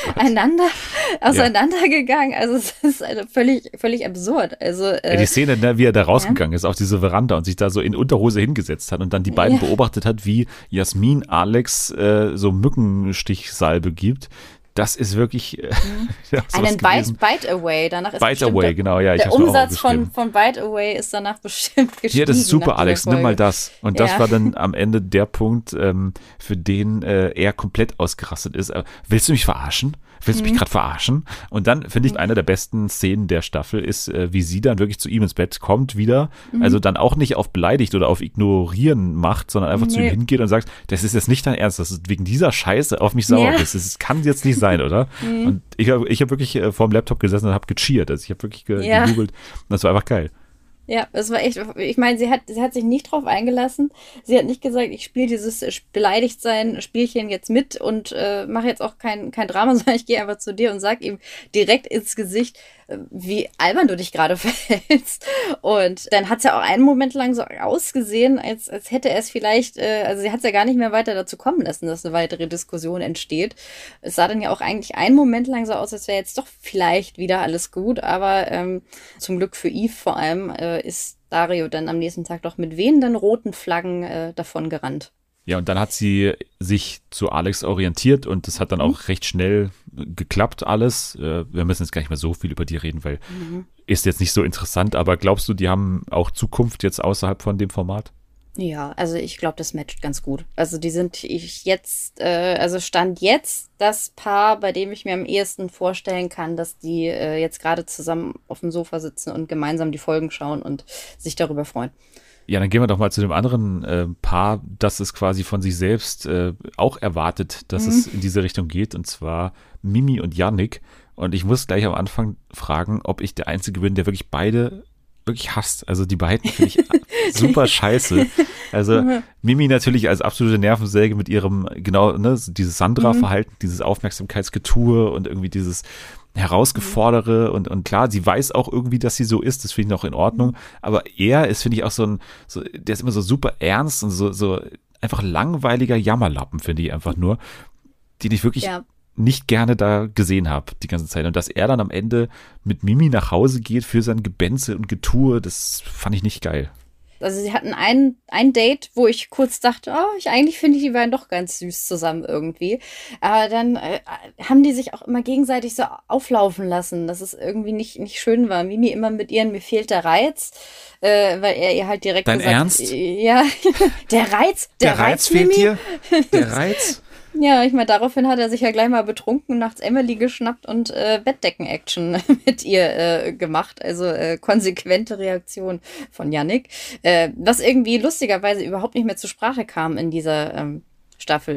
auseinandergegangen. Also es ist völlig absurd. Also die Szene, ne, wie er da rausgegangen ist auf diese Veranda und sich da so in Unterhose hingesetzt hat und dann die beiden beobachtet hat, wie Jasmin Alex so Mückenstichsalbe gibt. Das ist wirklich einen Bite Away. Danach ist Bite Away, genau, ja. Der Umsatz von Bite Away ist danach bestimmt gestiegen. Ja, das ist super, Alex, nimm mal das. Und das war dann am Ende der Punkt, für den er komplett ausgerastet ist. Willst du mich verarschen? Willst du mich gerade verarschen? Und dann finde ich, eine der besten Szenen der Staffel ist, wie sie dann wirklich zu ihm ins Bett kommt wieder. Also dann auch nicht auf beleidigt oder auf ignorieren macht, sondern einfach zu ihm hingeht und sagt, das ist jetzt nicht dein Ernst, dass du wegen dieser Scheiße auf mich sauer bist. Das kann jetzt nicht sein, oder? Und ich hab wirklich vorm Laptop gesessen und habe gecheert. Also ich habe wirklich gejubelt. Das war einfach geil. Ja, es war echt, ich meine, sie hat sich nicht drauf eingelassen. Sie hat nicht gesagt, ich spiele dieses Beleidigtsein-Spielchen jetzt mit und mache jetzt auch kein Drama, sondern ich gehe einfach zu dir und sag ihm direkt ins Gesicht, wie albern du dich gerade verhältst. Und dann hat es ja auch einen Moment lang so ausgesehen, als hätte er es vielleicht, also sie hat es ja gar nicht mehr weiter dazu kommen lassen, dass eine weitere Diskussion entsteht. Es sah dann ja auch eigentlich einen Moment lang so aus, als wäre jetzt doch vielleicht wieder alles gut, aber zum Glück für Eve vor allem ist Dario dann am nächsten Tag doch mit wehenden roten Flaggen davon gerannt. Ja, und dann hat sie sich zu Alex orientiert und das hat dann auch recht schnell geklappt alles. Wir müssen jetzt gar nicht mehr so viel über die reden, weil ist jetzt nicht so interessant, aber glaubst du, die haben auch Zukunft jetzt außerhalb von dem Format? Ja, also ich glaube, das matcht ganz gut. Also die sind Stand jetzt das Paar, bei dem ich mir am ehesten vorstellen kann, dass die jetzt gerade zusammen auf dem Sofa sitzen und gemeinsam die Folgen schauen und sich darüber freuen. Ja, dann gehen wir doch mal zu dem anderen Paar, das es quasi von sich selbst auch erwartet, dass es in diese Richtung geht, und zwar Mimi und Yannick. Und ich muss gleich am Anfang fragen, ob ich der Einzige bin, der wirklich beide wirklich hasst. Also die beiden finde ich super scheiße. Also Mimi natürlich als absolute Nervensäge mit ihrem, genau, ne, dieses Sandra-Verhalten, dieses Aufmerksamkeitsgetue und irgendwie dieses Herausgefordere und klar, sie weiß auch irgendwie, dass sie so ist, das finde ich auch in Ordnung, aber er ist, finde ich, auch der ist immer so super ernst und so einfach langweiliger Jammerlappen, finde ich einfach nur, den ich wirklich nicht gerne da gesehen habe die ganze Zeit. Und dass er dann am Ende mit Mimi nach Hause geht für sein Gebänze und Getue, das fand ich nicht geil. Also sie hatten ein Date, wo ich kurz dachte, eigentlich finde ich die beiden doch ganz süß zusammen irgendwie. Aber dann haben die sich auch immer gegenseitig so auflaufen lassen, dass es irgendwie nicht schön war. Mimi immer mit ihren, mir fehlt der Reiz, weil er ihr halt direkt Dein gesagt hat. Ernst? Ja, der Reiz fehlt Mimi? dir? Der Reiz? Ja, ich meine, daraufhin hat er sich ja gleich mal betrunken, nachts Emily geschnappt und Bettdecken-Action mit ihr gemacht. Also konsequente Reaktion von Yannick. Was irgendwie lustigerweise überhaupt nicht mehr zur Sprache kam in dieser Staffel.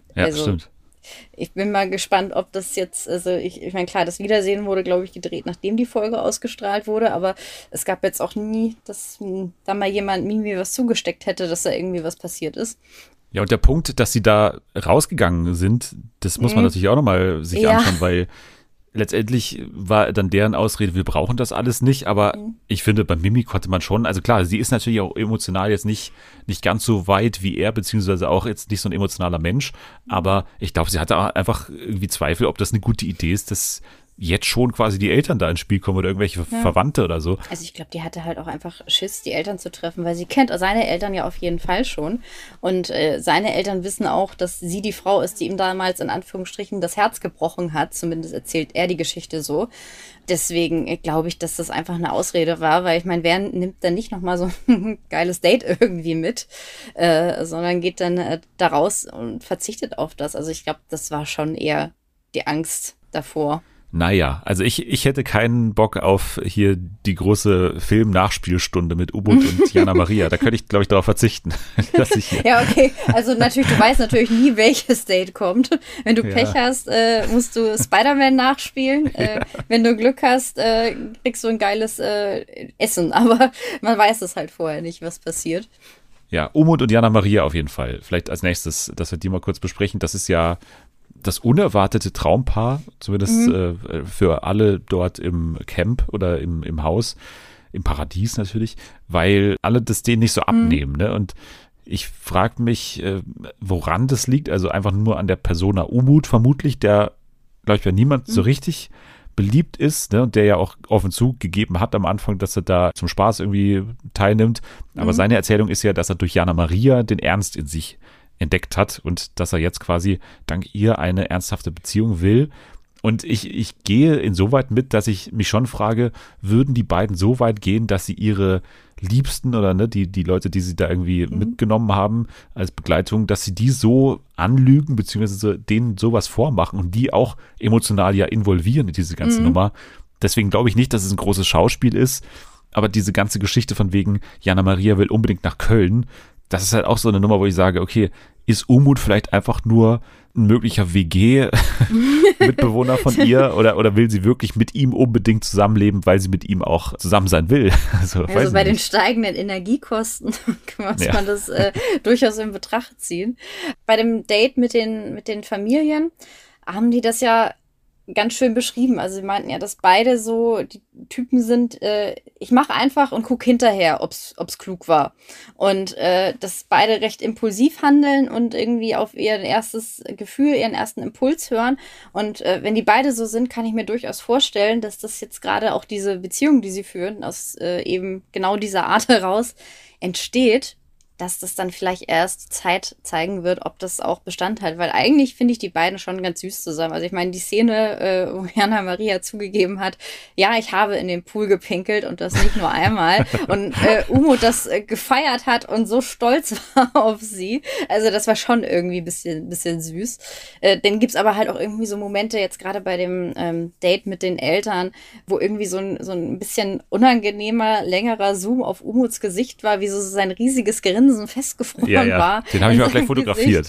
Ja, Also stimmt. ich bin mal gespannt, ob das jetzt, also ich meine, klar, das Wiedersehen wurde, glaube ich, gedreht, nachdem die Folge ausgestrahlt wurde, aber es gab jetzt auch nie, dass da mal jemand Mimi was zugesteckt hätte, dass da irgendwie was passiert ist. Ja, und der Punkt, dass sie da rausgegangen sind, das muss man natürlich auch nochmal sich Ja. anschauen, weil letztendlich war dann deren Ausrede, wir brauchen das alles nicht, aber ich finde, bei Mimi konnte man schon, also klar, sie ist natürlich auch emotional jetzt nicht ganz so weit wie er, beziehungsweise auch jetzt nicht so ein emotionaler Mensch, aber ich glaube, sie hatte auch einfach irgendwie Zweifel, ob das eine gute Idee ist, dass jetzt schon quasi die Eltern da ins Spiel kommen oder irgendwelche Verwandte oder so. Also ich glaube, die hatte halt auch einfach Schiss, die Eltern zu treffen, weil sie kennt seine Eltern ja auf jeden Fall schon. Und seine Eltern wissen auch, dass sie die Frau ist, die ihm damals in Anführungsstrichen das Herz gebrochen hat. Zumindest erzählt er die Geschichte so. Deswegen glaube ich, dass das einfach eine Ausrede war, weil ich meine, wer nimmt dann nicht nochmal so ein geiles Date irgendwie mit, sondern geht dann da raus und verzichtet auf das. Also ich glaube, das war schon eher die Angst davor. Naja, also ich hätte keinen Bock auf hier die große Film-Nachspielstunde mit U-Boot und Jana Maria. Da könnte ich, glaube ich, darauf verzichten. Dass ich hier Ja, okay. Also natürlich, du weißt natürlich nie, welches Date kommt. Wenn du Pech hast, musst du Spider-Man nachspielen. Wenn du Glück hast, kriegst du ein geiles Essen. Aber man weiß es halt vorher nicht, was passiert. Ja, Umut und Jana Maria auf jeden Fall. Vielleicht als nächstes, dass wir die mal kurz besprechen. Das ist ja das unerwartete Traumpaar, zumindest für alle dort im Camp oder im Haus, im Paradies natürlich, weil alle das denen nicht so abnehmen. Ne? Und ich frage mich, woran das liegt. Also einfach nur an der Persona Umut vermutlich, der, glaube ich, bei niemand so richtig beliebt ist, ne? Und der ja auch offen zugegeben hat am Anfang, dass er da zum Spaß irgendwie teilnimmt. Aber seine Erzählung ist ja, dass er durch Jana Maria den Ernst in sich entdeckt hat und dass er jetzt quasi dank ihr eine ernsthafte Beziehung will. Und ich gehe insoweit mit, dass ich mich schon frage, würden die beiden so weit gehen, dass sie ihre Liebsten oder ne, die Leute, die sie da irgendwie mitgenommen haben als Begleitung, dass sie die so anlügen, beziehungsweise denen sowas vormachen und die auch emotional ja involvieren in diese ganze Nummer. Deswegen glaube ich nicht, dass es ein großes Schauspiel ist, aber diese ganze Geschichte von wegen, Jana Maria will unbedingt nach Köln, das ist halt auch so eine Nummer, wo ich sage, okay, ist Umut vielleicht einfach nur ein möglicher WG-Mitbewohner von ihr oder will sie wirklich mit ihm unbedingt zusammenleben, weil sie mit ihm auch zusammen sein will? Also bei den steigenden Energiekosten muss man das durchaus in Betracht ziehen. Bei dem Date mit den Familien haben die das ja ganz schön beschrieben. Also sie meinten ja, dass beide so die Typen sind, ich mache einfach und guck hinterher, ob's klug war. Und dass beide recht impulsiv handeln und irgendwie auf ihr erstes Gefühl, ihren ersten Impuls hören. Und wenn die beide so sind, kann ich mir durchaus vorstellen, dass das jetzt gerade auch diese Beziehung, die sie führen, aus eben genau dieser Art heraus entsteht, dass das dann vielleicht erst die Zeit zeigen wird, ob das auch Bestand hat. Weil eigentlich finde ich die beiden schon ganz süß zusammen. Also ich meine, die Szene, wo Jana Maria zugegeben hat, ja, ich habe in den Pool gepinkelt und das nicht nur einmal. Und Umut das gefeiert hat und so stolz war auf sie. Also das war schon irgendwie ein bisschen süß. Dann gibt's aber halt auch irgendwie so Momente, jetzt gerade bei dem Date mit den Eltern, wo irgendwie so ein bisschen unangenehmer, längerer Zoom auf Umuts Gesicht war, wie so sein riesiges Grinsen festgefroren war. Den habe ich mir auch gleich fotografiert.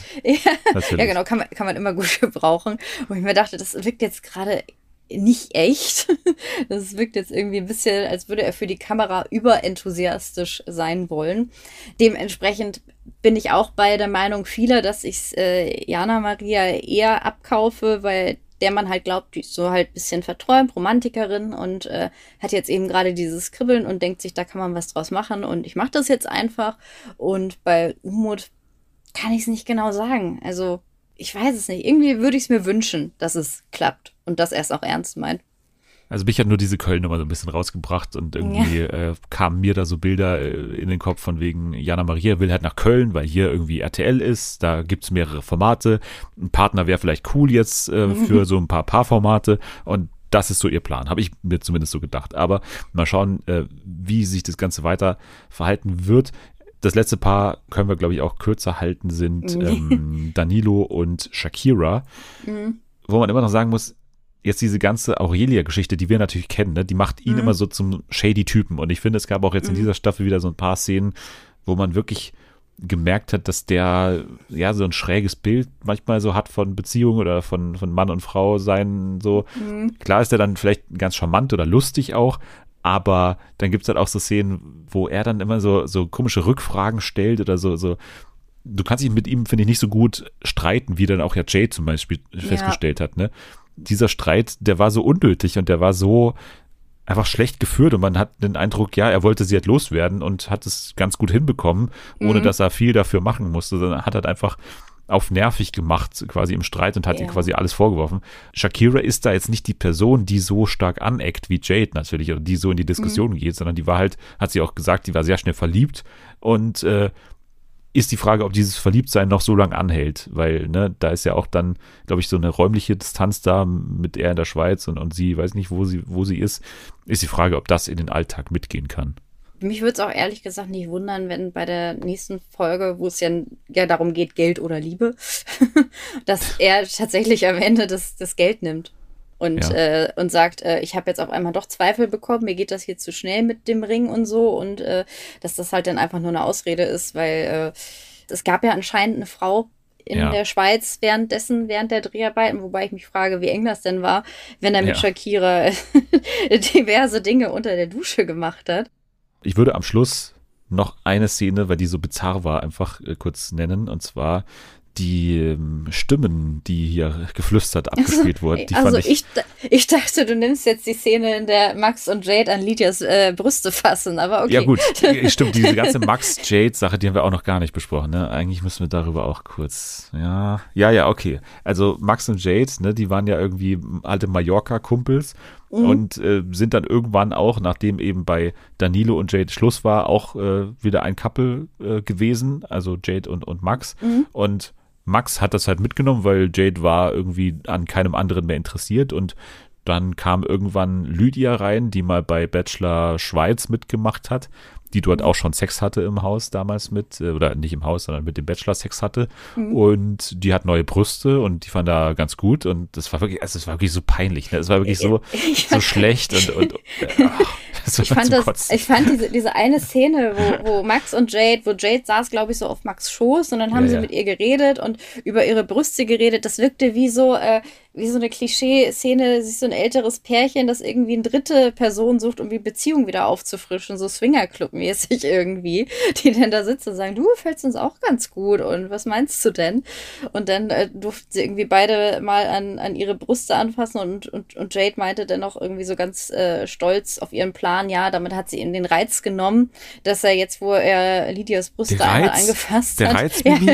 Ja, genau, kann man immer gut gebrauchen. Und ich mir dachte, das wirkt jetzt gerade nicht echt. Das wirkt jetzt irgendwie ein bisschen, als würde er für die Kamera überenthusiastisch sein wollen. Dementsprechend bin ich auch bei der Meinung vieler, dass ich Jana Maria eher abkaufe, weil der man halt glaubt, die ist so halt ein bisschen verträumt, Romantikerin und hat jetzt eben gerade dieses Kribbeln und denkt sich, da kann man was draus machen und ich mache das jetzt einfach. Und bei Umut kann ich es nicht genau sagen. Also ich weiß es nicht. Irgendwie würde ich es mir wünschen, dass es klappt und dass er es auch ernst meint. Also mich hat nur diese Köln-Nummer so ein bisschen rausgebracht und irgendwie kamen mir da so Bilder in den Kopf von wegen, Jana Maria will halt nach Köln, weil hier irgendwie RTL ist, da gibt's mehrere Formate, ein Partner wäre vielleicht cool jetzt für so ein paar Paarformate und das ist so ihr Plan, habe ich mir zumindest so gedacht. Aber mal schauen, wie sich das Ganze weiter verhalten wird. Das letzte Paar können wir, glaube ich, auch kürzer halten, sind Danilo und Shakira, wo man immer noch sagen muss, jetzt diese ganze Aurelia-Geschichte, die wir natürlich kennen, ne, die macht ihn immer so zum shady Typen. Und ich finde, es gab auch jetzt in dieser Staffel wieder so ein paar Szenen, wo man wirklich gemerkt hat, dass der ja so ein schräges Bild manchmal so hat von Beziehung oder von Mann und Frau sein, so. Klar ist er dann vielleicht ganz charmant oder lustig auch, aber dann gibt es halt auch so Szenen, wo er dann immer so komische Rückfragen stellt oder so. Du kannst dich mit ihm, finde ich, nicht so gut streiten, wie dann auch ja Jade zum Beispiel festgestellt hat, ne? Dieser Streit, der war so unnötig und der war so einfach schlecht geführt und man hat den Eindruck, ja, er wollte sie halt loswerden und hat es ganz gut hinbekommen, ohne dass er viel dafür machen musste, sondern hat halt einfach auf nervig gemacht quasi im Streit und hat ihr quasi alles vorgeworfen. Shakira ist da jetzt nicht die Person, die so stark aneckt wie Jade natürlich oder die so in die Diskussion geht, sondern die war halt, hat sie auch gesagt, die war sehr schnell verliebt und ist die Frage, ob dieses Verliebtsein noch so lange anhält, weil, ne, da ist ja auch dann, glaube ich, so eine räumliche Distanz da mit er in der Schweiz und sie weiß nicht, wo sie ist die Frage, ob das in den Alltag mitgehen kann. Mich würde es auch ehrlich gesagt nicht wundern, wenn bei der nächsten Folge, wo es ja darum geht, Geld oder Liebe, dass er tatsächlich am Ende das Geld nimmt. Und sagt, ich habe jetzt auf einmal doch Zweifel bekommen, mir geht das hier zu schnell mit dem Ring und so und dass das halt dann einfach nur eine Ausrede ist, weil es gab ja anscheinend eine Frau in der Schweiz während der Dreharbeiten, wobei ich mich frage, wie eng das denn war, wenn er mit Shakira diverse Dinge unter der Dusche gemacht hat. Ich würde am Schluss noch eine Szene, weil die so bizarr war, einfach kurz nennen, und zwar die Stimmen, die hier geflüstert abgespielt wurden. Die also ich dachte, du nimmst jetzt die Szene, in der Max und Jade an Lydias Brüste fassen, aber okay. Ja gut, stimmt, diese ganze Max-Jade-Sache, die haben wir auch noch gar nicht besprochen, ne? Eigentlich müssen wir darüber auch kurz, ja, okay. Also Max und Jade, ne, die waren ja irgendwie alte Mallorca-Kumpels und sind dann irgendwann auch, nachdem eben bei Danilo und Jade Schluss war, auch wieder ein Couple gewesen, also Jade und Max. Und Max hat das halt mitgenommen, weil Jade war irgendwie an keinem anderen mehr interessiert und dann kam irgendwann Lydia rein, die mal bei Bachelor Schweiz mitgemacht hat, die dort auch schon Sex hatte im Haus damals oder nicht im Haus, sondern mit dem Bachelor Sex hatte und die hat neue Brüste und die fand da ganz gut und das war wirklich, so peinlich, ne? Es war wirklich so schlecht und ich fand diese eine Szene, wo Max und Jade, wo Jade saß, glaube ich, so auf Max' Schoß und dann haben sie mit ihr geredet und über ihre Brüste geredet. Das wirkte wie so eine Klischee-Szene, sich so ein älteres Pärchen, das irgendwie eine dritte Person sucht, um die Beziehung wieder aufzufrischen, so Swingerclub-mäßig irgendwie, die dann da sitzen und sagen, du fällst uns auch ganz gut und was meinst du denn? Und dann durften sie irgendwie beide mal an ihre Brüste anfassen und Jade meinte dann auch irgendwie so ganz stolz auf ihren Plan, ja, damit hat sie ihm den Reiz genommen, dass er jetzt, wo er Lydias Brüste einmal angefasst hat. Der Reiz, Bibi?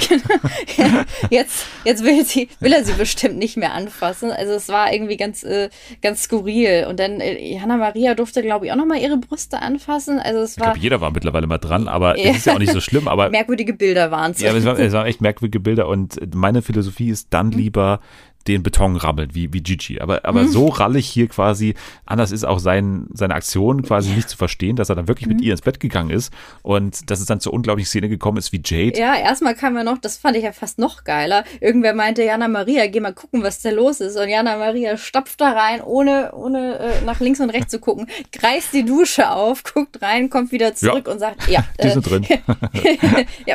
Genau. Jetzt will er sie bestimmt nicht mehr anfassen. Also es war irgendwie ganz skurril. Und dann Jana Maria durfte, glaube ich, auch nochmal ihre Brüste anfassen. Also es war. Ich glaube, jeder war mittlerweile mal dran, aber es ist ja auch nicht so schlimm. Aber merkwürdige Bilder waren es. Ja, es waren echt merkwürdige Bilder und meine Philosophie ist dann lieber den Beton rammelt, wie Gigi. Aber so rallig hier quasi, anders ist auch seine Aktion quasi nicht zu verstehen, dass er dann wirklich mit ihr ins Bett gegangen ist und dass es dann zur unglaublichen Szene gekommen ist wie Jade. Ja, erstmal kam ja noch, das fand ich ja fast noch geiler, irgendwer meinte, Jana Maria, geh mal gucken, was da los ist und Jana Maria stapft da rein, ohne nach links und rechts zu gucken, reißt die Dusche auf, guckt rein, kommt wieder zurück und sagt, ja. Die sind drin. Ja.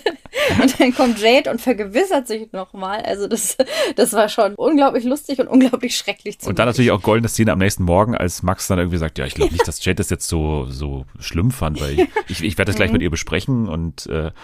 Und dann kommt Jade und vergewissert sich nochmal, also das war schon unglaublich lustig und unglaublich schrecklich zu Und dann natürlich auch goldene Szene am nächsten Morgen, als Max dann irgendwie sagt, ja, ich glaube nicht, dass Jade das jetzt so schlimm fand, weil ich werde das gleich mit ihr besprechen und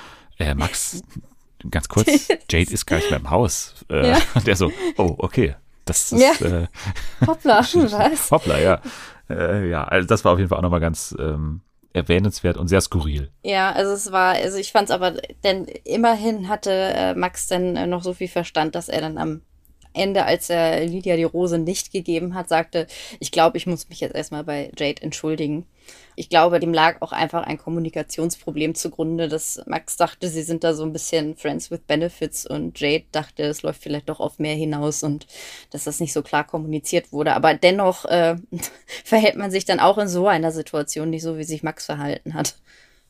Max, ganz kurz, Jade ist gar nicht mehr im Haus. Und der so, oh, okay, das ist Hoppla, was? Hoppla, ja. Also das war auf jeden Fall auch nochmal ganz erwähnenswert und sehr skurril. Ja, also ich fand es aber, denn immerhin hatte Max dann noch so viel Verstand, dass er dann am Ende, als er Lydia die Rose nicht gegeben hat, sagte, ich glaube, ich muss mich jetzt erstmal bei Jade entschuldigen. Ich glaube, dem lag auch einfach ein Kommunikationsproblem zugrunde, dass Max dachte, sie sind da so ein bisschen Friends with Benefits und Jade dachte, es läuft vielleicht doch auf mehr hinaus und dass das nicht so klar kommuniziert wurde. Aber dennoch verhält man sich dann auch in so einer Situation nicht so, wie sich Max verhalten hat.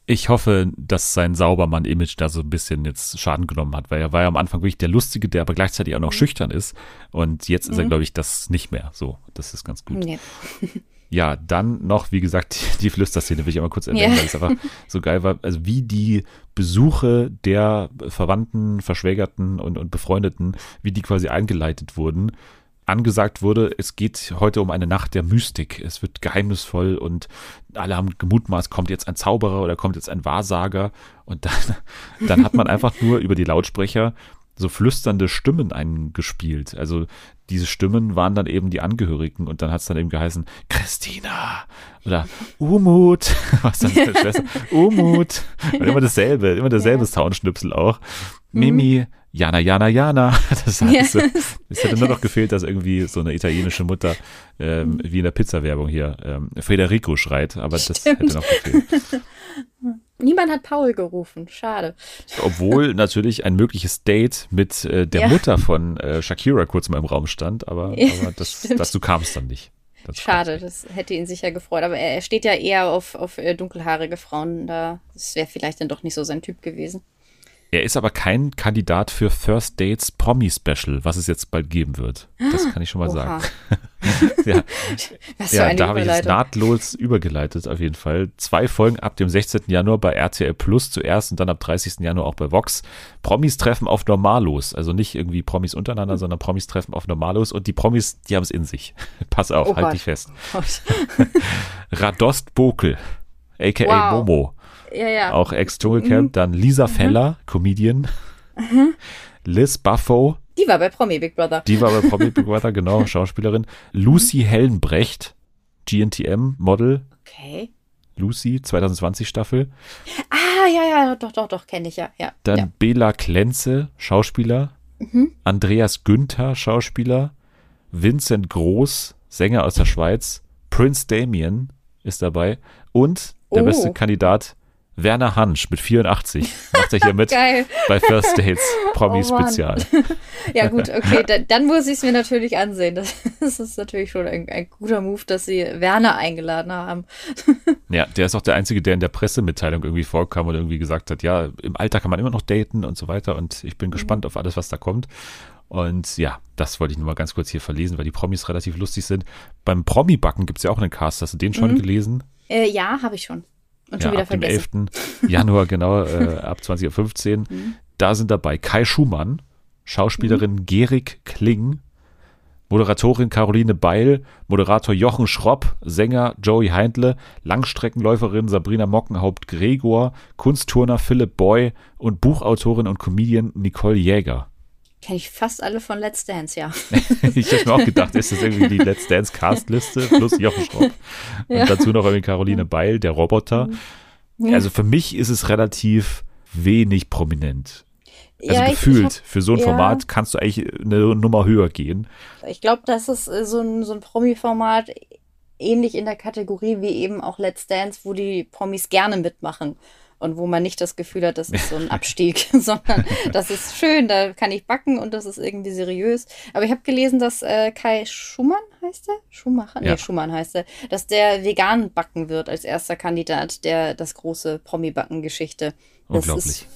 Ich hoffe, dass sein Saubermann-Image da so ein bisschen jetzt Schaden genommen hat, weil er war ja am Anfang wirklich der Lustige, der aber gleichzeitig auch noch schüchtern ist. Und jetzt ist er, glaube ich, das nicht mehr. So, das ist ganz gut. Nee. Ja, dann noch, wie gesagt, die Flüsterszene will ich einmal kurz erwähnen, weil es einfach so geil war. Also wie die Besuche der Verwandten, Verschwägerten und Befreundeten, wie die quasi eingeleitet wurden. Angesagt wurde, es geht heute um eine Nacht der Mystik. Es wird geheimnisvoll und alle haben gemutmaßt, kommt jetzt ein Zauberer oder kommt jetzt ein Wahrsager. Und dann hat man einfach nur über die Lautsprecher so flüsternde Stimmen eingespielt. Also diese Stimmen waren dann eben die Angehörigen und dann hat es dann eben geheißen, Christina oder Umut, was dann seine Schwester, Umut. Und immer derselbe Soundschnipsel auch. Mimi, Jana. Das heißt, es hätte nur noch gefehlt, dass irgendwie so eine italienische Mutter wie in der Pizza-Werbung hier Federico schreit, aber das hätte noch gefehlt. Niemand hat Paul gerufen, schade. Obwohl natürlich ein mögliches Date mit der Mutter von Shakira kurz mal im Raum stand, aber dazu kam es dann nicht. Schade, das hätte ihn sicher gefreut, aber er steht ja eher auf dunkelhaarige Frauen, das wäre vielleicht dann doch nicht so sein Typ gewesen. Er ist aber kein Kandidat für First Dates Promi Special, was es jetzt bald geben wird. Das kann ich schon mal sagen. Da habe ich jetzt nahtlos übergeleitet auf jeden Fall. 2 Folgen ab dem 16. Januar bei RTL Plus zuerst und dann ab 30. Januar auch bei Vox. Promis treffen auf Normalos. Also nicht irgendwie Promis untereinander, sondern Promis treffen auf Normalos. Und die Promis, die haben es in sich. Pass auf, halt dich fest. Radost Bokel, a.k.a. Momo. Ja. Auch Ex-Dschungelcamp. Dann Lisa Feller, Comedian. Liz Buffo. Die war bei Promi Big Brother. Genau, Schauspielerin. Lucy Hellenbrecht, GNTM-Model. Okay. Lucy, 2020 Staffel. Doch, kenne ich ja. Dann Bela Klenze, Schauspieler. Andreas Günther, Schauspieler. Vincent Groß, Sänger aus der Schweiz. Prince Damien ist dabei. Und der beste Kandidat, Werner Hansch mit 84. Macht er hier mit bei First Dates Promi-Spezial. Ja gut, okay, dann muss ich es mir natürlich ansehen. Das ist natürlich schon ein guter Move, dass sie Werner eingeladen haben. Ja, der ist auch der Einzige, der in der Pressemitteilung irgendwie vorkam und irgendwie gesagt hat, ja, im Alter kann man immer noch daten und so weiter und ich bin gespannt auf alles, was da kommt. Und ja, das wollte ich nur mal ganz kurz hier verlesen, weil die Promis relativ lustig sind. Beim Promi-Backen gibt es ja auch einen Cast. Hast du den schon gelesen? Ja, habe ich schon. Und schon wieder vergessen. Ab dem 11. Januar, genau, ab 20.15 Uhr. Da sind dabei Kai Schumann, Schauspielerin Gerig Kling, Moderatorin Caroline Beil, Moderator Jochen Schropp, Sänger Joey Heindle, Langstreckenläuferin Sabrina Mockenhaupt-Gregor, Kunstturner Philipp Boy und Buchautorin und Comedian Nicole Jäger. Kenne ich fast alle von Let's Dance, ja. Ich habe mir auch gedacht, ist das irgendwie die Let's Dance Castliste plus Jochen Schropp. Und dazu noch irgendwie Caroline Beil, der Roboter. Also für mich ist es relativ wenig prominent. Also gefühlt, für so ein Format kannst du eigentlich eine Nummer höher gehen. Ich glaube, das ist so ein Promi-Format ähnlich in der Kategorie wie eben auch Let's Dance, wo die Promis gerne mitmachen. Und wo man nicht das Gefühl hat, das ist so ein Abstieg, sondern das ist schön, da kann ich backen und das ist irgendwie seriös. Aber ich habe gelesen, dass Kai Schumann heißt der? Schumacher? Ja. Nee, Schumann heißt der. Dass der vegan backen wird als erster Kandidat, das große Promi-Backen-Geschichte. Unglaublich.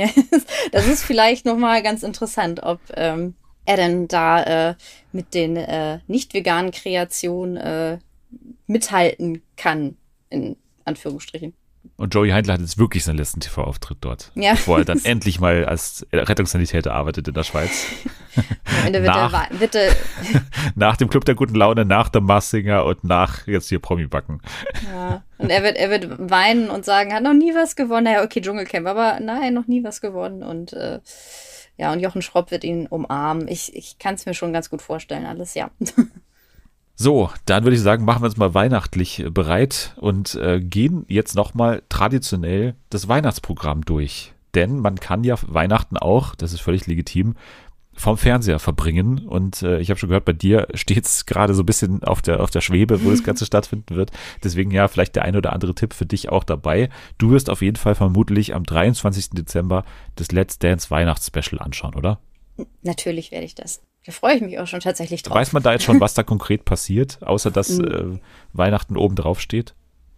Das ist vielleicht nochmal ganz interessant, ob er denn da mit den nicht veganen Kreationen mithalten kann, in Anführungsstrichen. Und Joey Heindle hat jetzt wirklich seinen letzten TV-Auftritt dort, bevor er dann endlich mal als Rettungssanitäter arbeitet in der Schweiz. Am Ende wird er nach dem Club der guten Laune, nach dem Massinger und nach jetzt hier Promi-Backen. Ja, und er wird weinen und sagen, hat noch nie was gewonnen. Naja, okay, Dschungelcamp, aber nein, noch nie was gewonnen. Und und Jochen Schropp wird ihn umarmen. Ich kann es mir schon ganz gut vorstellen, alles, ja. So, dann würde ich sagen, machen wir uns mal weihnachtlich bereit und gehen jetzt nochmal traditionell das Weihnachtsprogramm durch. Denn man kann ja Weihnachten auch, das ist völlig legitim, vom Fernseher verbringen. Und ich habe schon gehört, bei dir steht es gerade so ein bisschen auf der Schwebe, wo das Ganze stattfinden wird. Deswegen ja, vielleicht der ein oder andere Tipp für dich auch dabei. Du wirst auf jeden Fall vermutlich am 23. Dezember das Let's Dance Weihnachtsspecial anschauen, oder? Natürlich werde ich das. Da freue ich mich auch schon tatsächlich drauf. Weiß man da jetzt schon, was da konkret passiert, außer dass Weihnachten oben drauf steht?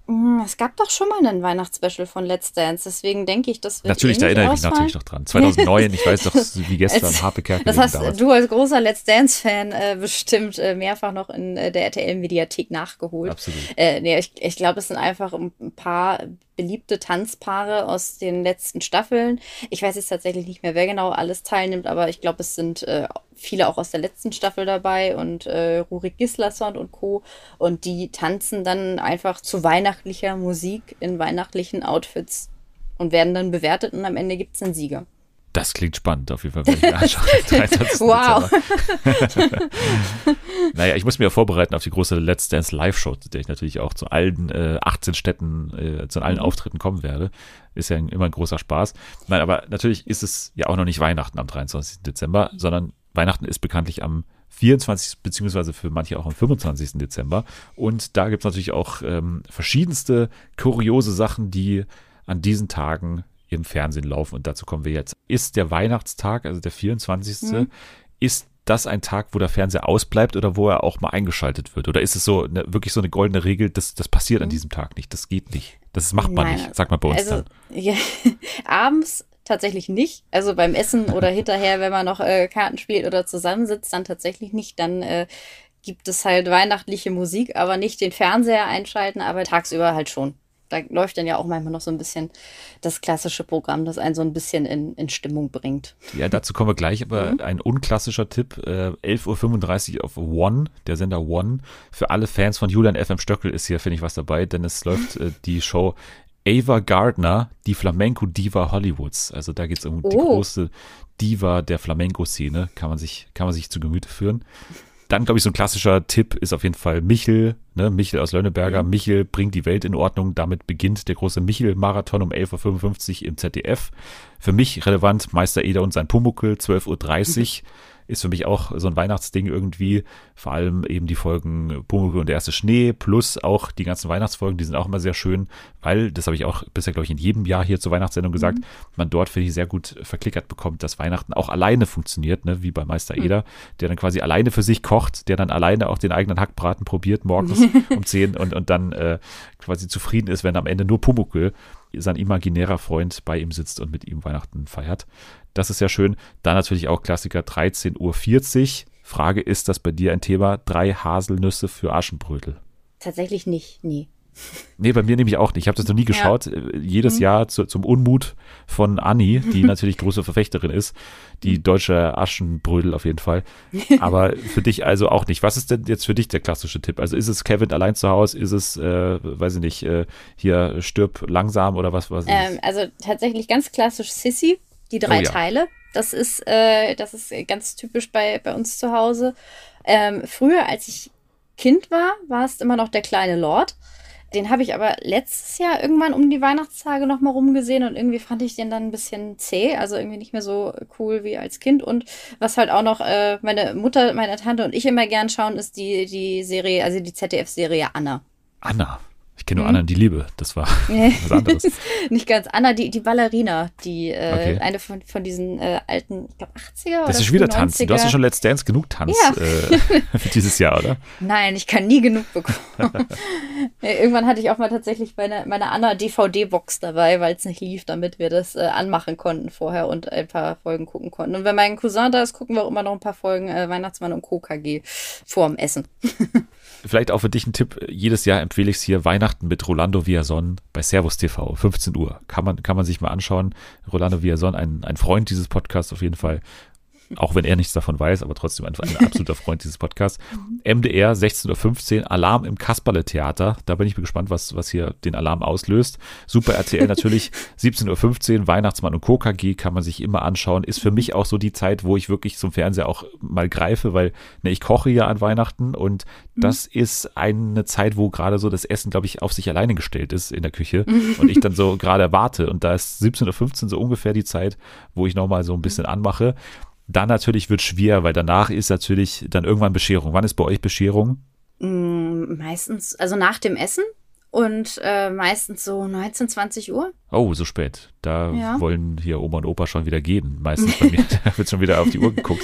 Es gab doch schon mal einen Weihnachtsspecial von Let's Dance, deswegen denke ich, das wird Natürlich, da erinnere ich mich natürlich noch dran. 2009, ich weiß doch wie gestern, Harpe Kerkeling Das hast damals. du als großer Let's Dance-Fan bestimmt mehrfach noch in der RTL-Mediathek nachgeholt. Absolut. Nee, ich glaube, es sind einfach ein paar beliebte Tanzpaare aus den letzten Staffeln. Ich weiß jetzt tatsächlich nicht mehr, wer genau alles teilnimmt, aber ich glaube, es sind viele auch aus der letzten Staffel dabei und Rurik Gislason und Co. Und die tanzen dann einfach zu weihnachtlicher Musik in weihnachtlichen Outfits und werden dann bewertet und am Ende gibt es einen Sieger. Das klingt spannend, auf jeden Fall werde ich mir anschauen. 23. Wow. Dezember. Naja, ich muss mich ja vorbereiten auf die große Let's Dance Live-Show, zu der ich natürlich auch zu allen 18 Städten, zu allen Auftritten kommen werde. Ist ja immer ein großer Spaß. Nein, aber natürlich ist es ja auch noch nicht Weihnachten am 23. Dezember, sondern Weihnachten ist bekanntlich am 24. beziehungsweise für manche auch am 25. Dezember. Und da gibt es natürlich auch verschiedenste kuriose Sachen, die an diesen Tagen im Fernsehen laufen. Und dazu kommen wir jetzt. Ist der Weihnachtstag, also der 24., ist das ein Tag, wo der Fernseher ausbleibt oder wo er auch mal eingeschaltet wird? Oder ist es so wirklich so eine goldene Regel, das passiert an diesem Tag nicht, das geht nicht, das macht man nicht, sagt man bei uns dann. Ja, abends tatsächlich nicht, also beim Essen oder hinterher, wenn man noch Karten spielt oder zusammensitzt, dann tatsächlich nicht, dann gibt es halt weihnachtliche Musik, aber nicht den Fernseher einschalten, aber tagsüber halt schon. Da läuft dann ja auch manchmal noch so ein bisschen das klassische Programm, das einen so ein bisschen in Stimmung bringt. Ja, dazu kommen wir gleich, aber ein unklassischer Tipp, 11.35 Uhr auf One, der Sender One. Für alle Fans von Julian FM Stöckel ist hier, finde ich, was dabei, denn es läuft die Show Ava Gardner, die Flamenco-Diva Hollywoods. Also da geht es um die große Diva der Flamenco-Szene, kann man sich zu Gemüte führen. Dann, glaube ich, so ein klassischer Tipp ist auf jeden Fall Michel, ne? Michel aus Lönneberger. Michel bringt die Welt in Ordnung. Damit beginnt der große Michel-Marathon um 11.55 Uhr im ZDF. Für mich relevant Meister Eder und sein Pumuckl, 12.30 Uhr. Ist für mich auch so ein Weihnachtsding irgendwie. Vor allem eben die Folgen Pumuckl und der erste Schnee plus auch die ganzen Weihnachtsfolgen, die sind auch immer sehr schön, weil, das habe ich auch bisher, glaube ich, in jedem Jahr hier zur Weihnachtssendung gesagt, man dort, finde ich, sehr gut verklickert bekommt, dass Weihnachten auch alleine funktioniert, ne, wie bei Meister Eder, der dann quasi alleine für sich kocht, der dann alleine auch den eigenen Hackbraten probiert morgens um 10 und dann quasi zufrieden ist, wenn am Ende nur Pumuckl, sein imaginärer Freund, bei ihm sitzt und mit ihm Weihnachten feiert. Das ist ja schön. Dann natürlich auch Klassiker 13.40 Uhr. Frage, ist das bei dir ein Thema? 3 Haselnüsse für Aschenbrödel? Tatsächlich nicht, nee. Nee, bei mir nämlich auch nicht. Ich habe das noch nie geschaut. Jedes Jahr zum Unmut von Anni, die natürlich große Verfechterin ist. Die deutsche Aschenbrödel auf jeden Fall. Aber für dich also auch nicht. Was ist denn jetzt für dich der klassische Tipp? Also ist es Kevin allein zu Hause? Ist es, weiß ich nicht, hier stirb langsam oder was? Also tatsächlich ganz klassisch Sissy, die 3 Teile. Das ist ganz typisch bei uns zu Hause. Früher, als ich Kind war es immer noch der kleine Lord. Den habe ich aber letztes Jahr irgendwann um die Weihnachtstage nochmal rumgesehen und irgendwie fand ich den dann ein bisschen zäh, also irgendwie nicht mehr so cool wie als Kind. Und was halt auch noch meine Mutter, meine Tante und ich immer gern schauen, ist die Serie, also die ZDF-Serie Anna. Anna? Ich kenne nur Anna und die Liebe, das war was anderes. Nicht ganz. Anna, die Ballerina, eine von diesen alten, ich glaube 80er Das ist wieder Tanzen. Du hast ja schon Let's Dance genug Tanz für dieses Jahr, oder? Nein, ich kann nie genug bekommen. Irgendwann hatte ich auch mal tatsächlich meine Anna DVD-Box dabei, weil es nicht lief, damit wir das anmachen konnten vorher und ein paar Folgen gucken konnten. Und wenn mein Cousin da ist, gucken wir auch immer noch ein paar Folgen Weihnachtsmann und Co. KG vorm Essen. Vielleicht auch für dich ein Tipp, jedes Jahr empfehle ich es hier, Weihnachten mit Rolando Villazon bei Servus TV, 15 Uhr. Kann man sich mal anschauen. Rolando Villazon, ein Freund dieses Podcasts auf jeden Fall. Auch wenn er nichts davon weiß, aber trotzdem ein absoluter Freund dieses Podcasts. MDR, 16.15 Uhr, Alarm im Kasperle-Theater. Da bin ich gespannt, was hier den Alarm auslöst. Super RTL natürlich, 17.15 Uhr, Weihnachtsmann und Co. KG kann man sich immer anschauen. Ist für mich auch so die Zeit, wo ich wirklich zum Fernseher auch mal greife, weil ich koche ja an Weihnachten und das ist eine Zeit, wo gerade so das Essen, glaube ich, auf sich alleine gestellt ist in der Küche und ich dann so gerade warte. Und da ist 17.15 Uhr so ungefähr die Zeit, wo ich nochmal so ein bisschen anmache. Dann natürlich wird schwer, weil danach ist natürlich dann irgendwann Bescherung. Wann ist bei euch Bescherung? Meistens, also nach dem Essen Und meistens so 19, 20 Uhr. Oh, so spät. Da Ja. wollen hier Oma und Opa schon wieder gehen. Meistens bei mir da wird schon wieder auf die Uhr geguckt.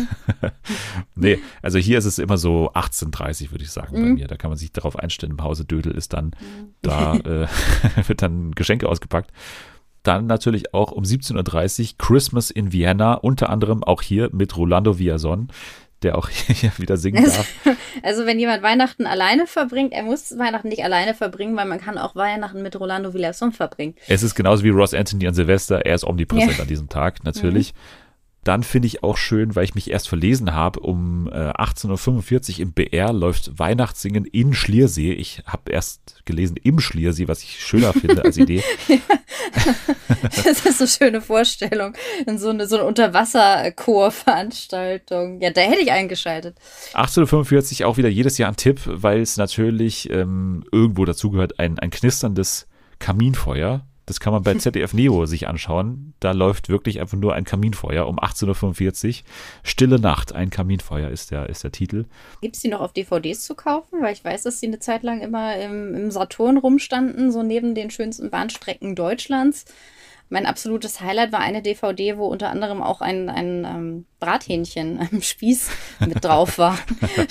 Nee, also hier ist es immer so 18:30, würde ich sagen, bei mir. Da kann man sich darauf einstellen. Im Hause Dödel ist dann, da wird dann Geschenke ausgepackt. Dann natürlich auch um 17:30 Uhr Christmas in Vienna, unter anderem auch hier mit Rolando Villazón, der auch hier wieder singen darf. Also wenn jemand Weihnachten alleine verbringt, er muss Weihnachten nicht alleine verbringen, weil man kann auch Weihnachten mit Rolando Villazón verbringen. Es ist genauso wie Ross Anthony an Silvester, er ist omnipräsent an diesem Tag, natürlich. Dann finde ich auch schön, weil ich mich erst verlesen habe, um 18:45 Uhr im BR läuft Weihnachtssingen in Schliersee. Ich habe erst gelesen im Schliersee, was ich schöner finde als Idee. Das ist eine schöne Vorstellung. In so eine Unterwasserchor-Veranstaltung. Ja, da hätte ich eingeschaltet. 18:45 Uhr auch wieder jedes Jahr ein Tipp, weil es natürlich irgendwo dazugehört, ein knisterndes Kaminfeuer. Das kann man bei ZDF Neo sich anschauen. Da läuft wirklich einfach nur ein Kaminfeuer um 18:45 Uhr. Stille Nacht, ein Kaminfeuer ist der Titel. Gibt es die noch auf DVDs zu kaufen? Weil ich weiß, dass die eine Zeit lang immer im Saturn rumstanden, so neben den schönsten Bahnstrecken Deutschlands. Mein absolutes Highlight war eine DVD, wo unter anderem auch ein Brathähnchen am Spieß mit drauf war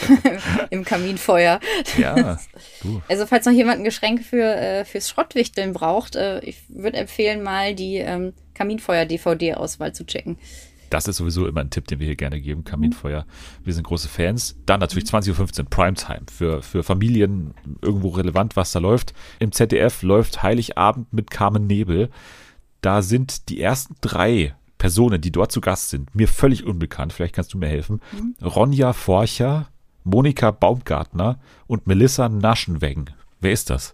im Kaminfeuer. Ja, du. Also falls noch jemand ein Geschenk fürs Schrottwichteln braucht, ich würde empfehlen, mal die Kaminfeuer-DVD-Auswahl zu checken. Das ist sowieso immer ein Tipp, den wir hier gerne geben, Kaminfeuer. Wir sind große Fans. Dann natürlich 20:15 Uhr Primetime für Familien irgendwo relevant, was da läuft. Im ZDF läuft Heiligabend mit Carmen Nebel. Da sind die ersten 3 Personen, die dort zu Gast sind, mir völlig unbekannt. Vielleicht kannst du mir helfen. Ronja Forcher, Monika Baumgartner und Melissa Naschenweng. Wer ist das?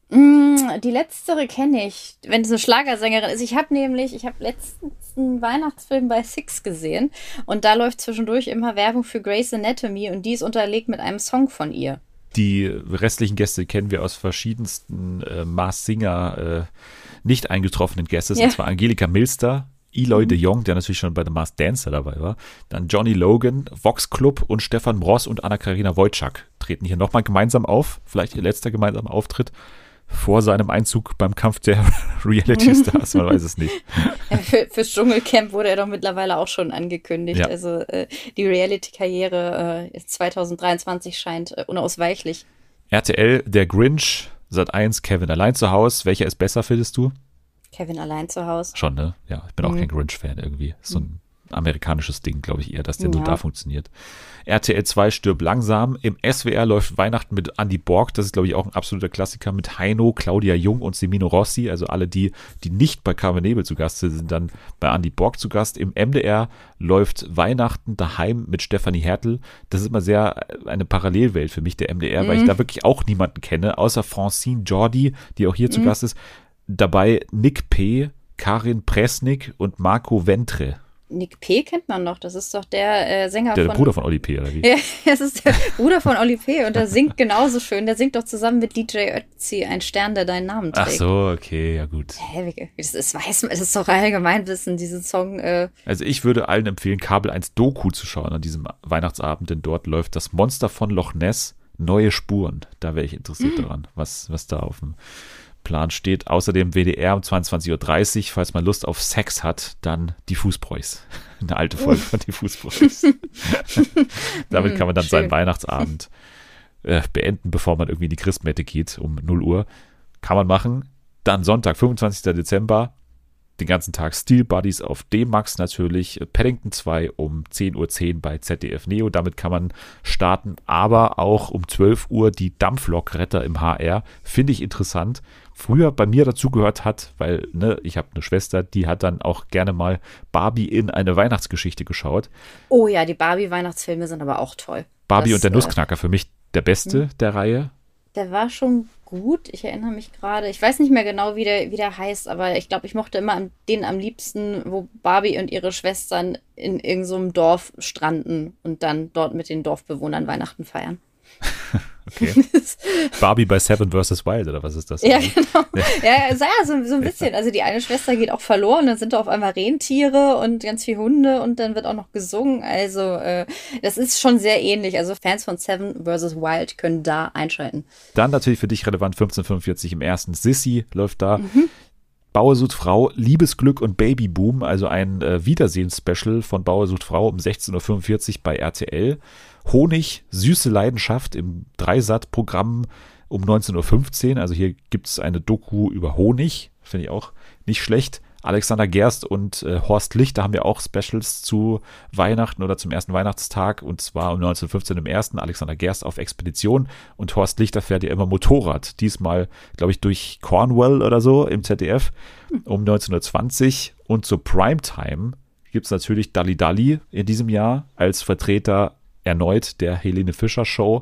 Die letztere kenne ich, wenn es eine Schlagersängerin ist. Ich habe letztens einen Weihnachtsfilm bei Six gesehen und da läuft zwischendurch immer Werbung für Grey's Anatomy und die ist unterlegt mit einem Song von ihr. Die restlichen Gäste kennen wir aus verschiedensten Mars Singer nicht eingetroffenen Gäste. Ja. Und zwar Angelika Milster, Eloy de Jong, der natürlich schon bei The Masked Dancer dabei war. Dann Johnny Logan, Vox Club und Stefan Mross und Anna-Karina Wojcik treten hier nochmal gemeinsam auf. Vielleicht ihr letzter gemeinsamer Auftritt vor seinem Einzug beim Kampf der Reality Stars. Man weiß es nicht. Fürs Dschungelcamp wurde er doch mittlerweile auch schon angekündigt. Ja. Also die Reality-Karriere 2023 scheint unausweichlich. RTL, der Grinch, Sat.1, Kevin allein zu Hause. Welcher ist besser, findest du? Kevin allein zu Hause. Schon, ne? Ja, ich bin auch kein Grinch-Fan irgendwie. So ein amerikanisches Ding, glaube ich eher, dass der nur da funktioniert. RTL 2 Stirb langsam. Im SWR läuft Weihnachten mit Andy Borg. Das ist, glaube ich, auch ein absoluter Klassiker mit Heino, Claudia Jung und Semino Rossi. Also alle die nicht bei Carmen Nebel zu Gast sind, sind dann bei Andy Borg zu Gast. Im MDR läuft Weihnachten daheim mit Stefanie Hertel. Das ist immer sehr eine Parallelwelt für mich, der MDR, weil ich da wirklich auch niemanden kenne, außer Francine Jordi, die auch hier zu Gast ist. Dabei Nick P., Karin Presnick und Marco Ventre. Nick P. kennt man noch. Das ist doch der Sänger Der von... Bruder von Oli P., oder wie? Ja, das ist der Bruder von Oli P. und der singt genauso schön. Der singt doch zusammen mit DJ Ötzi, ein Stern, der deinen Namen trägt. Ach so, okay, ja gut. Hä, das ist doch Allgemeinwissen, diesen Song. Also ich würde allen empfehlen, Kabel 1 Doku zu schauen an diesem Weihnachtsabend, denn dort läuft das Monster von Loch Ness, neue Spuren. Da wäre ich interessiert daran, was da auf dem Plan steht. Außerdem WDR um 22:30 Uhr, falls man Lust auf Sex hat, dann die Fußbräus. Eine alte Folge von die Fußbräus. Damit kann man dann seinen Weihnachtsabend beenden, bevor man irgendwie in die Christmette geht um 0 Uhr. Kann man machen. Dann Sonntag, 25. Dezember, den ganzen Tag Steel Buddies auf D-Max natürlich. Paddington 2 um 10:10 Uhr bei ZDF Neo. Damit kann man starten. Aber auch um 12 Uhr die Dampflokretter im HR. Finde ich interessant. Früher bei mir dazugehört hat, weil ich habe eine Schwester, die hat dann auch gerne mal Barbie in eine Weihnachtsgeschichte geschaut. Oh ja, die Barbie-Weihnachtsfilme sind aber auch toll. Barbie und der Nussknacker, für mich der beste der Reihe. Der war schon gut. Ich erinnere mich gerade. Ich weiß nicht mehr genau, wie der heißt, aber ich glaube, ich mochte immer den am liebsten, wo Barbie und ihre Schwestern in irgendeinem Dorf stranden und dann dort mit den Dorfbewohnern Weihnachten feiern. Okay. Barbie bei Seven vs. Wild, oder was ist das? Ja, genau. Ja, so ein bisschen. Also die eine Schwester geht auch verloren, dann sind da auf einmal Rentiere und ganz viele Hunde und dann wird auch noch gesungen. Also das ist schon sehr ähnlich. Also Fans von Seven vs. Wild können da einschalten. Dann natürlich für dich relevant 1545 im ersten. Sissy läuft da. Bauer sucht Frau, Liebesglück und Babyboom, also ein Wiedersehens-Special von Bauer sucht Frau um 16:45 Uhr bei RTL. Honig, süße Leidenschaft im Dreisat-Programm um 19:15 Uhr. Also hier gibt es eine Doku über Honig, finde ich auch nicht schlecht. Alexander Gerst und Horst Lichter haben ja auch Specials zu Weihnachten oder zum ersten Weihnachtstag, und zwar um 19:15 Uhr im ersten. Alexander Gerst auf Expedition und Horst Lichter fährt ja immer Motorrad. Diesmal, glaube ich, durch Cornwall oder so im ZDF um 19:20 Uhr. Und zur Primetime gibt es natürlich Dalli Dalli in diesem Jahr als Vertreter erneut der Helene Fischer Show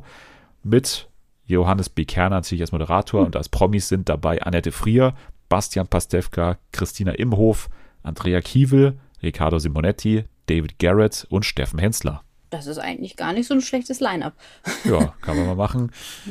mit Johannes B. Kerner natürlich als Moderator und als Promis sind dabei Annette Frier, Bastian Pastewka, Christina Imhof, Andrea Kiewel, Riccardo Simonetti, David Garrett und Steffen Hensler. Das ist eigentlich gar nicht so ein schlechtes Line-Up. Ja, kann man mal machen.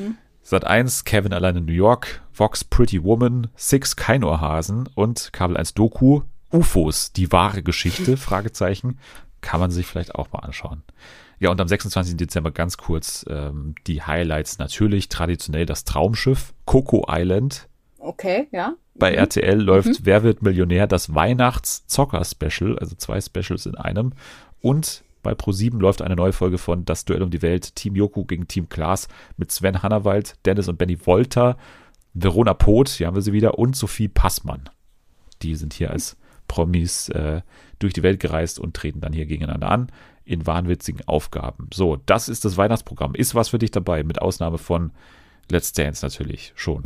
Sat.1, Kevin allein in New York, Vox Pretty Woman, Six Keinohrhasen und Kabel 1 Doku, UFOs, die wahre Geschichte, Fragezeichen, kann man sich vielleicht auch mal anschauen. Ja, und am 26. Dezember ganz kurz die Highlights natürlich, traditionell das Traumschiff, Coco Island. Okay, ja. Bei RTL läuft Wer wird Millionär, das Weihnachts-Zocker-Special, also 2 Specials in einem. Und bei ProSieben läuft eine neue Folge von Das Duell um die Welt, Team Joko gegen Team Klaas mit Sven Hannawald, Dennis und Benny Wolter, Verona Poth, hier haben wir sie wieder, und Sophie Passmann. Die sind hier als Promis durch die Welt gereist und treten dann hier gegeneinander an in wahnwitzigen Aufgaben. So, das ist das Weihnachtsprogramm. Ist was für dich dabei, mit Ausnahme von Let's Dance natürlich schon.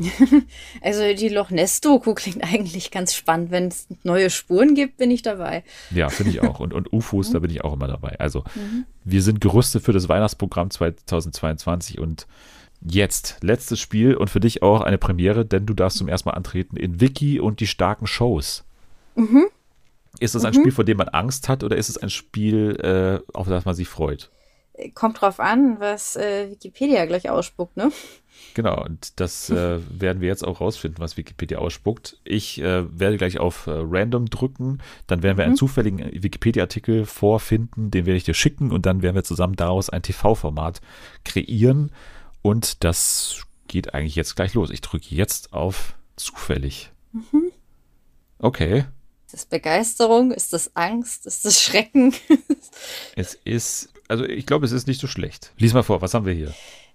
Also die Loch Ness-Doku klingt eigentlich ganz spannend. Wenn es neue Spuren gibt, bin ich dabei. Ja, finde ich auch. Und UFOs, da bin ich auch immer dabei. Also wir sind gerüstet für das Weihnachtsprogramm 2022 und jetzt letztes Spiel und für dich auch eine Premiere, denn du darfst zum ersten Mal antreten in Vicky und die starken Shows. Ist es ein Spiel, vor dem man Angst hat, oder ist es ein Spiel, auf das man sich freut? Kommt drauf an, was Wikipedia gleich ausspuckt, ne? Genau, und das werden wir jetzt auch rausfinden, was Wikipedia ausspuckt. Ich werde gleich auf Random drücken, dann werden wir einen zufälligen Wikipedia-Artikel vorfinden, den werde ich dir schicken und dann werden wir zusammen daraus ein TV-Format kreieren und das geht eigentlich jetzt gleich los. Ich drücke jetzt auf zufällig. Okay. Ist das Begeisterung? Ist das Angst? Ist das Schrecken? Es ist, also ich glaube, es ist nicht so schlecht. Lies mal vor, was haben wir hier?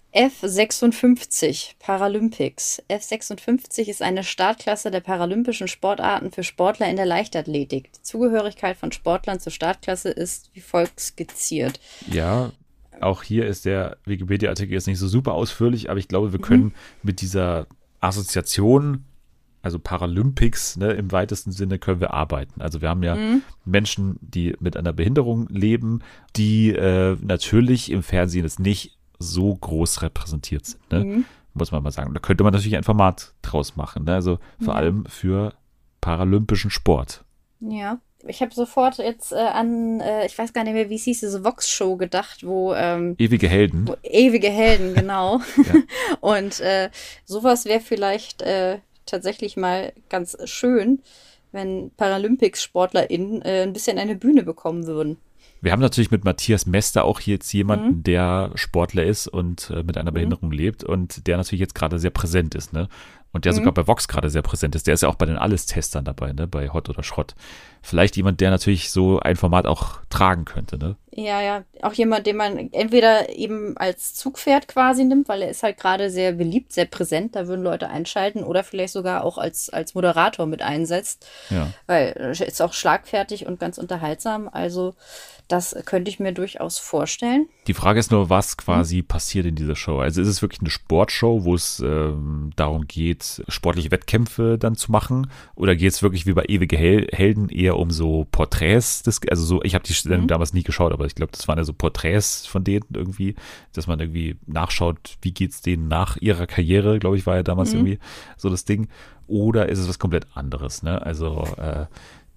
F56, Paralympics. F56 ist eine Startklasse der paralympischen Sportarten für Sportler in der Leichtathletik. Die Zugehörigkeit von Sportlern zur Startklasse ist wie folgt skizziert. Ja, auch hier ist der Wikipedia-Artikel jetzt nicht so super ausführlich, aber ich glaube, wir können mit dieser Assoziation, also Paralympics, ne, im weitesten Sinne können wir arbeiten. Also wir haben ja Menschen, die mit einer Behinderung leben, die natürlich im Fernsehen jetzt nicht so groß repräsentiert sind, ne? Muss man mal sagen. Da könnte man natürlich ein Format draus machen, ne? Also vor allem für paralympischen Sport. Ja, ich habe sofort jetzt an, ich weiß gar nicht mehr, wie es hieß, diese Vox-Show gedacht, wo Ewige Helden. Ewige Helden, genau. Ja. Und sowas wäre vielleicht tatsächlich mal ganz schön, wenn Paralympics-SportlerInnen ein bisschen eine Bühne bekommen würden. Wir haben natürlich mit Matthias Mester auch hier jetzt jemanden, der Sportler ist und mit einer Behinderung lebt und der natürlich jetzt gerade sehr präsent ist, ne? Und der sogar bei Vox gerade sehr präsent ist. Der ist ja auch bei den Alles-Testern dabei, ne? Bei Hot oder Schrott. Vielleicht jemand, der natürlich so ein Format auch tragen könnte, ne? Ja, auch jemand, den man entweder eben als Zugpferd quasi nimmt, weil er ist halt gerade sehr beliebt, sehr präsent, da würden Leute einschalten, oder vielleicht sogar auch als Moderator mit einsetzt, Ja. weil er ist auch schlagfertig und ganz unterhaltsam, also das könnte ich mir durchaus vorstellen. Die Frage ist nur, was quasi passiert in dieser Show. Also ist es wirklich eine Sportshow, wo es darum geht, sportliche Wettkämpfe dann zu machen? Oder geht es wirklich wie bei Ewige Helden eher um so Porträts? Also so, ich habe die Sendung damals nie geschaut, aber ich glaube, das waren ja so Porträts von denen irgendwie, dass man irgendwie nachschaut, wie geht's denen nach ihrer Karriere, glaube ich, war ja damals irgendwie so das Ding. Oder ist es was komplett anderes, ne? Also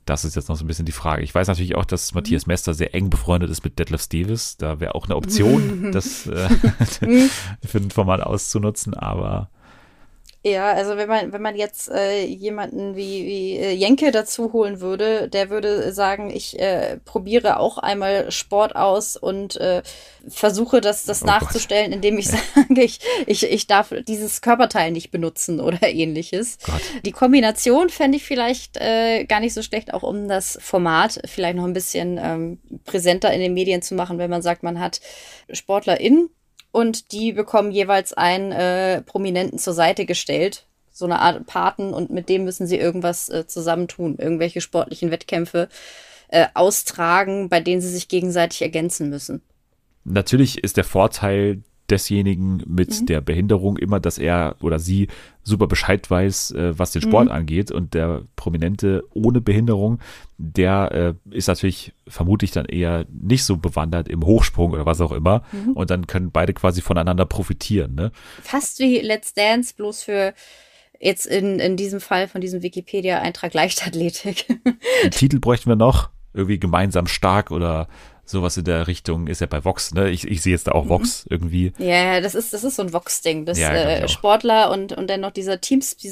Das ist jetzt noch so ein bisschen die Frage. Ich weiß natürlich auch, dass Matthias Mester sehr eng befreundet ist mit Detlef Stevens. Da wäre auch eine Option, das für ein Format auszunutzen, aber Ja, also wenn man jetzt jemanden wie Jenke dazu holen würde, der würde sagen, ich probiere auch einmal Sport aus und versuche das nachzustellen, indem ich sage, ich darf dieses Körperteil nicht benutzen oder ähnliches. Gott. Die Kombination fände ich vielleicht gar nicht so schlecht, auch um das Format vielleicht noch ein bisschen präsenter in den Medien zu machen, wenn man sagt, man hat SportlerInnen, und die bekommen jeweils einen Prominenten zur Seite gestellt, so eine Art Paten, und mit dem müssen sie irgendwas zusammentun, irgendwelche sportlichen Wettkämpfe austragen, bei denen sie sich gegenseitig ergänzen müssen. Natürlich ist der Vorteil desjenigen mit der Behinderung immer, dass er oder sie super Bescheid weiß, was den Sport angeht, und der Prominente ohne Behinderung, der ist natürlich vermutlich dann eher nicht so bewandert im Hochsprung oder was auch immer, und dann können beide quasi voneinander profitieren, ne? Fast wie Let's Dance, bloß für jetzt in diesem Fall von diesem Wikipedia-Eintrag Leichtathletik. Den Titel bräuchten wir noch, irgendwie gemeinsam stark oder sowas in der Richtung, ist ja bei Vox, ne? Ich sehe jetzt da auch Vox irgendwie. Ja, das ist so ein Vox-Ding. Das Ja, Sportler und dann noch dieses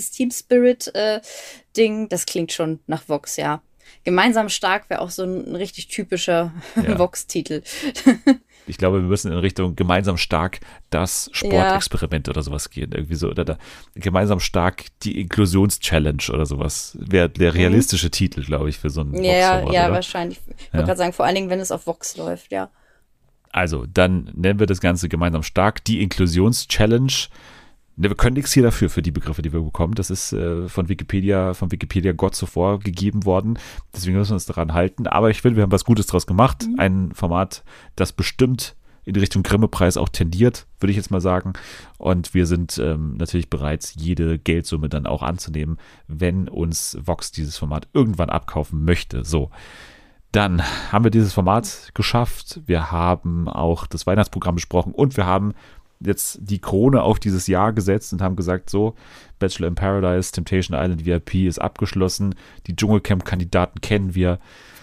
Team-Spirit-Ding, das klingt schon nach Vox, ja. Gemeinsam stark wäre auch so ein richtig typischer Vox-Titel. Ich glaube, wir müssen in Richtung gemeinsam stark das Sportexperiment oder sowas gehen. Irgendwie so. Oder gemeinsam stark die Inklusions-Challenge oder sowas. Wäre der realistische Titel, glaube ich, für so ein Vox-Format, Ja, oder? wahrscheinlich. Ich wollte gerade sagen, vor allen Dingen, wenn es auf Vox läuft, ja. Also, dann nennen wir das Ganze gemeinsam stark die Inklusions-Challenge. Wir können nichts hier dafür, für die Begriffe, die wir bekommen. Das ist vom Wikipedia Gott so vorgegeben worden. Deswegen müssen wir uns daran halten. Aber ich finde, wir haben was Gutes draus gemacht. Ein Format, das bestimmt in Richtung Grimme-Preis auch tendiert, würde ich jetzt mal sagen. Und wir sind natürlich bereit, jede Geldsumme dann auch anzunehmen, wenn uns Vox dieses Format irgendwann abkaufen möchte. So. Dann haben wir dieses Format geschafft. Wir haben auch das Weihnachtsprogramm besprochen und wir haben jetzt die Krone auf dieses Jahr gesetzt und haben gesagt, so, Bachelor in Paradise, Temptation Island VIP ist abgeschlossen, die Dschungelcamp-Kandidaten kennen wir.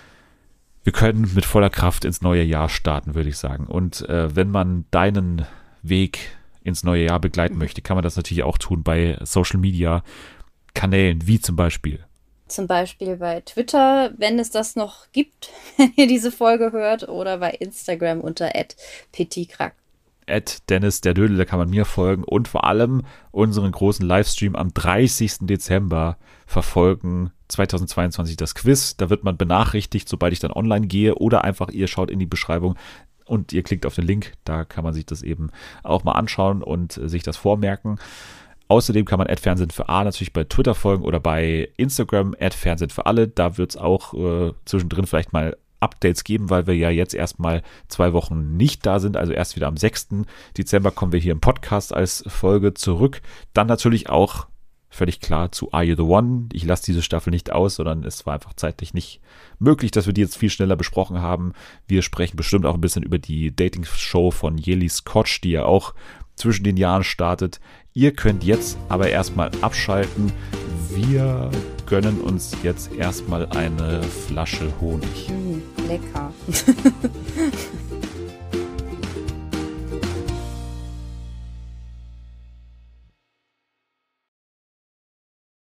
Wir können mit voller Kraft ins neue Jahr starten, würde ich sagen. Und wenn man deinen Weg ins neue Jahr begleiten möchte, kann man das natürlich auch tun bei Social-Media-Kanälen, wie zum Beispiel. Zum Beispiel bei Twitter, wenn es das noch gibt, wenn ihr diese Folge hört, oder bei Instagram unter @petitkrack. @Dennis der Dödel, da kann man mir folgen und vor allem unseren großen Livestream am 30. Dezember verfolgen, 2022 das Quiz. Da wird man benachrichtigt, sobald ich dann online gehe, oder einfach ihr schaut in die Beschreibung und ihr klickt auf den Link, da kann man sich das eben auch mal anschauen und sich das vormerken. Außerdem kann man @Fernsehen für A natürlich bei Twitter folgen oder bei Instagram @Fernsehen für alle. Da wird es auch zwischendrin vielleicht mal Updates geben, weil wir ja jetzt erstmal 2 Wochen nicht da sind. Also erst wieder am 6. Dezember kommen wir hier im Podcast als Folge zurück. Dann natürlich auch völlig klar zu Are You The One? Ich lasse diese Staffel nicht aus, sondern es war einfach zeitlich nicht möglich, dass wir die jetzt viel schneller besprochen haben. Wir sprechen bestimmt auch ein bisschen über die Dating-Show von Jeli Scotch, die ja auch zwischen den Jahren startet. Ihr könnt jetzt aber erstmal abschalten. Wir gönnen uns jetzt erstmal eine Flasche Honig. Lecker.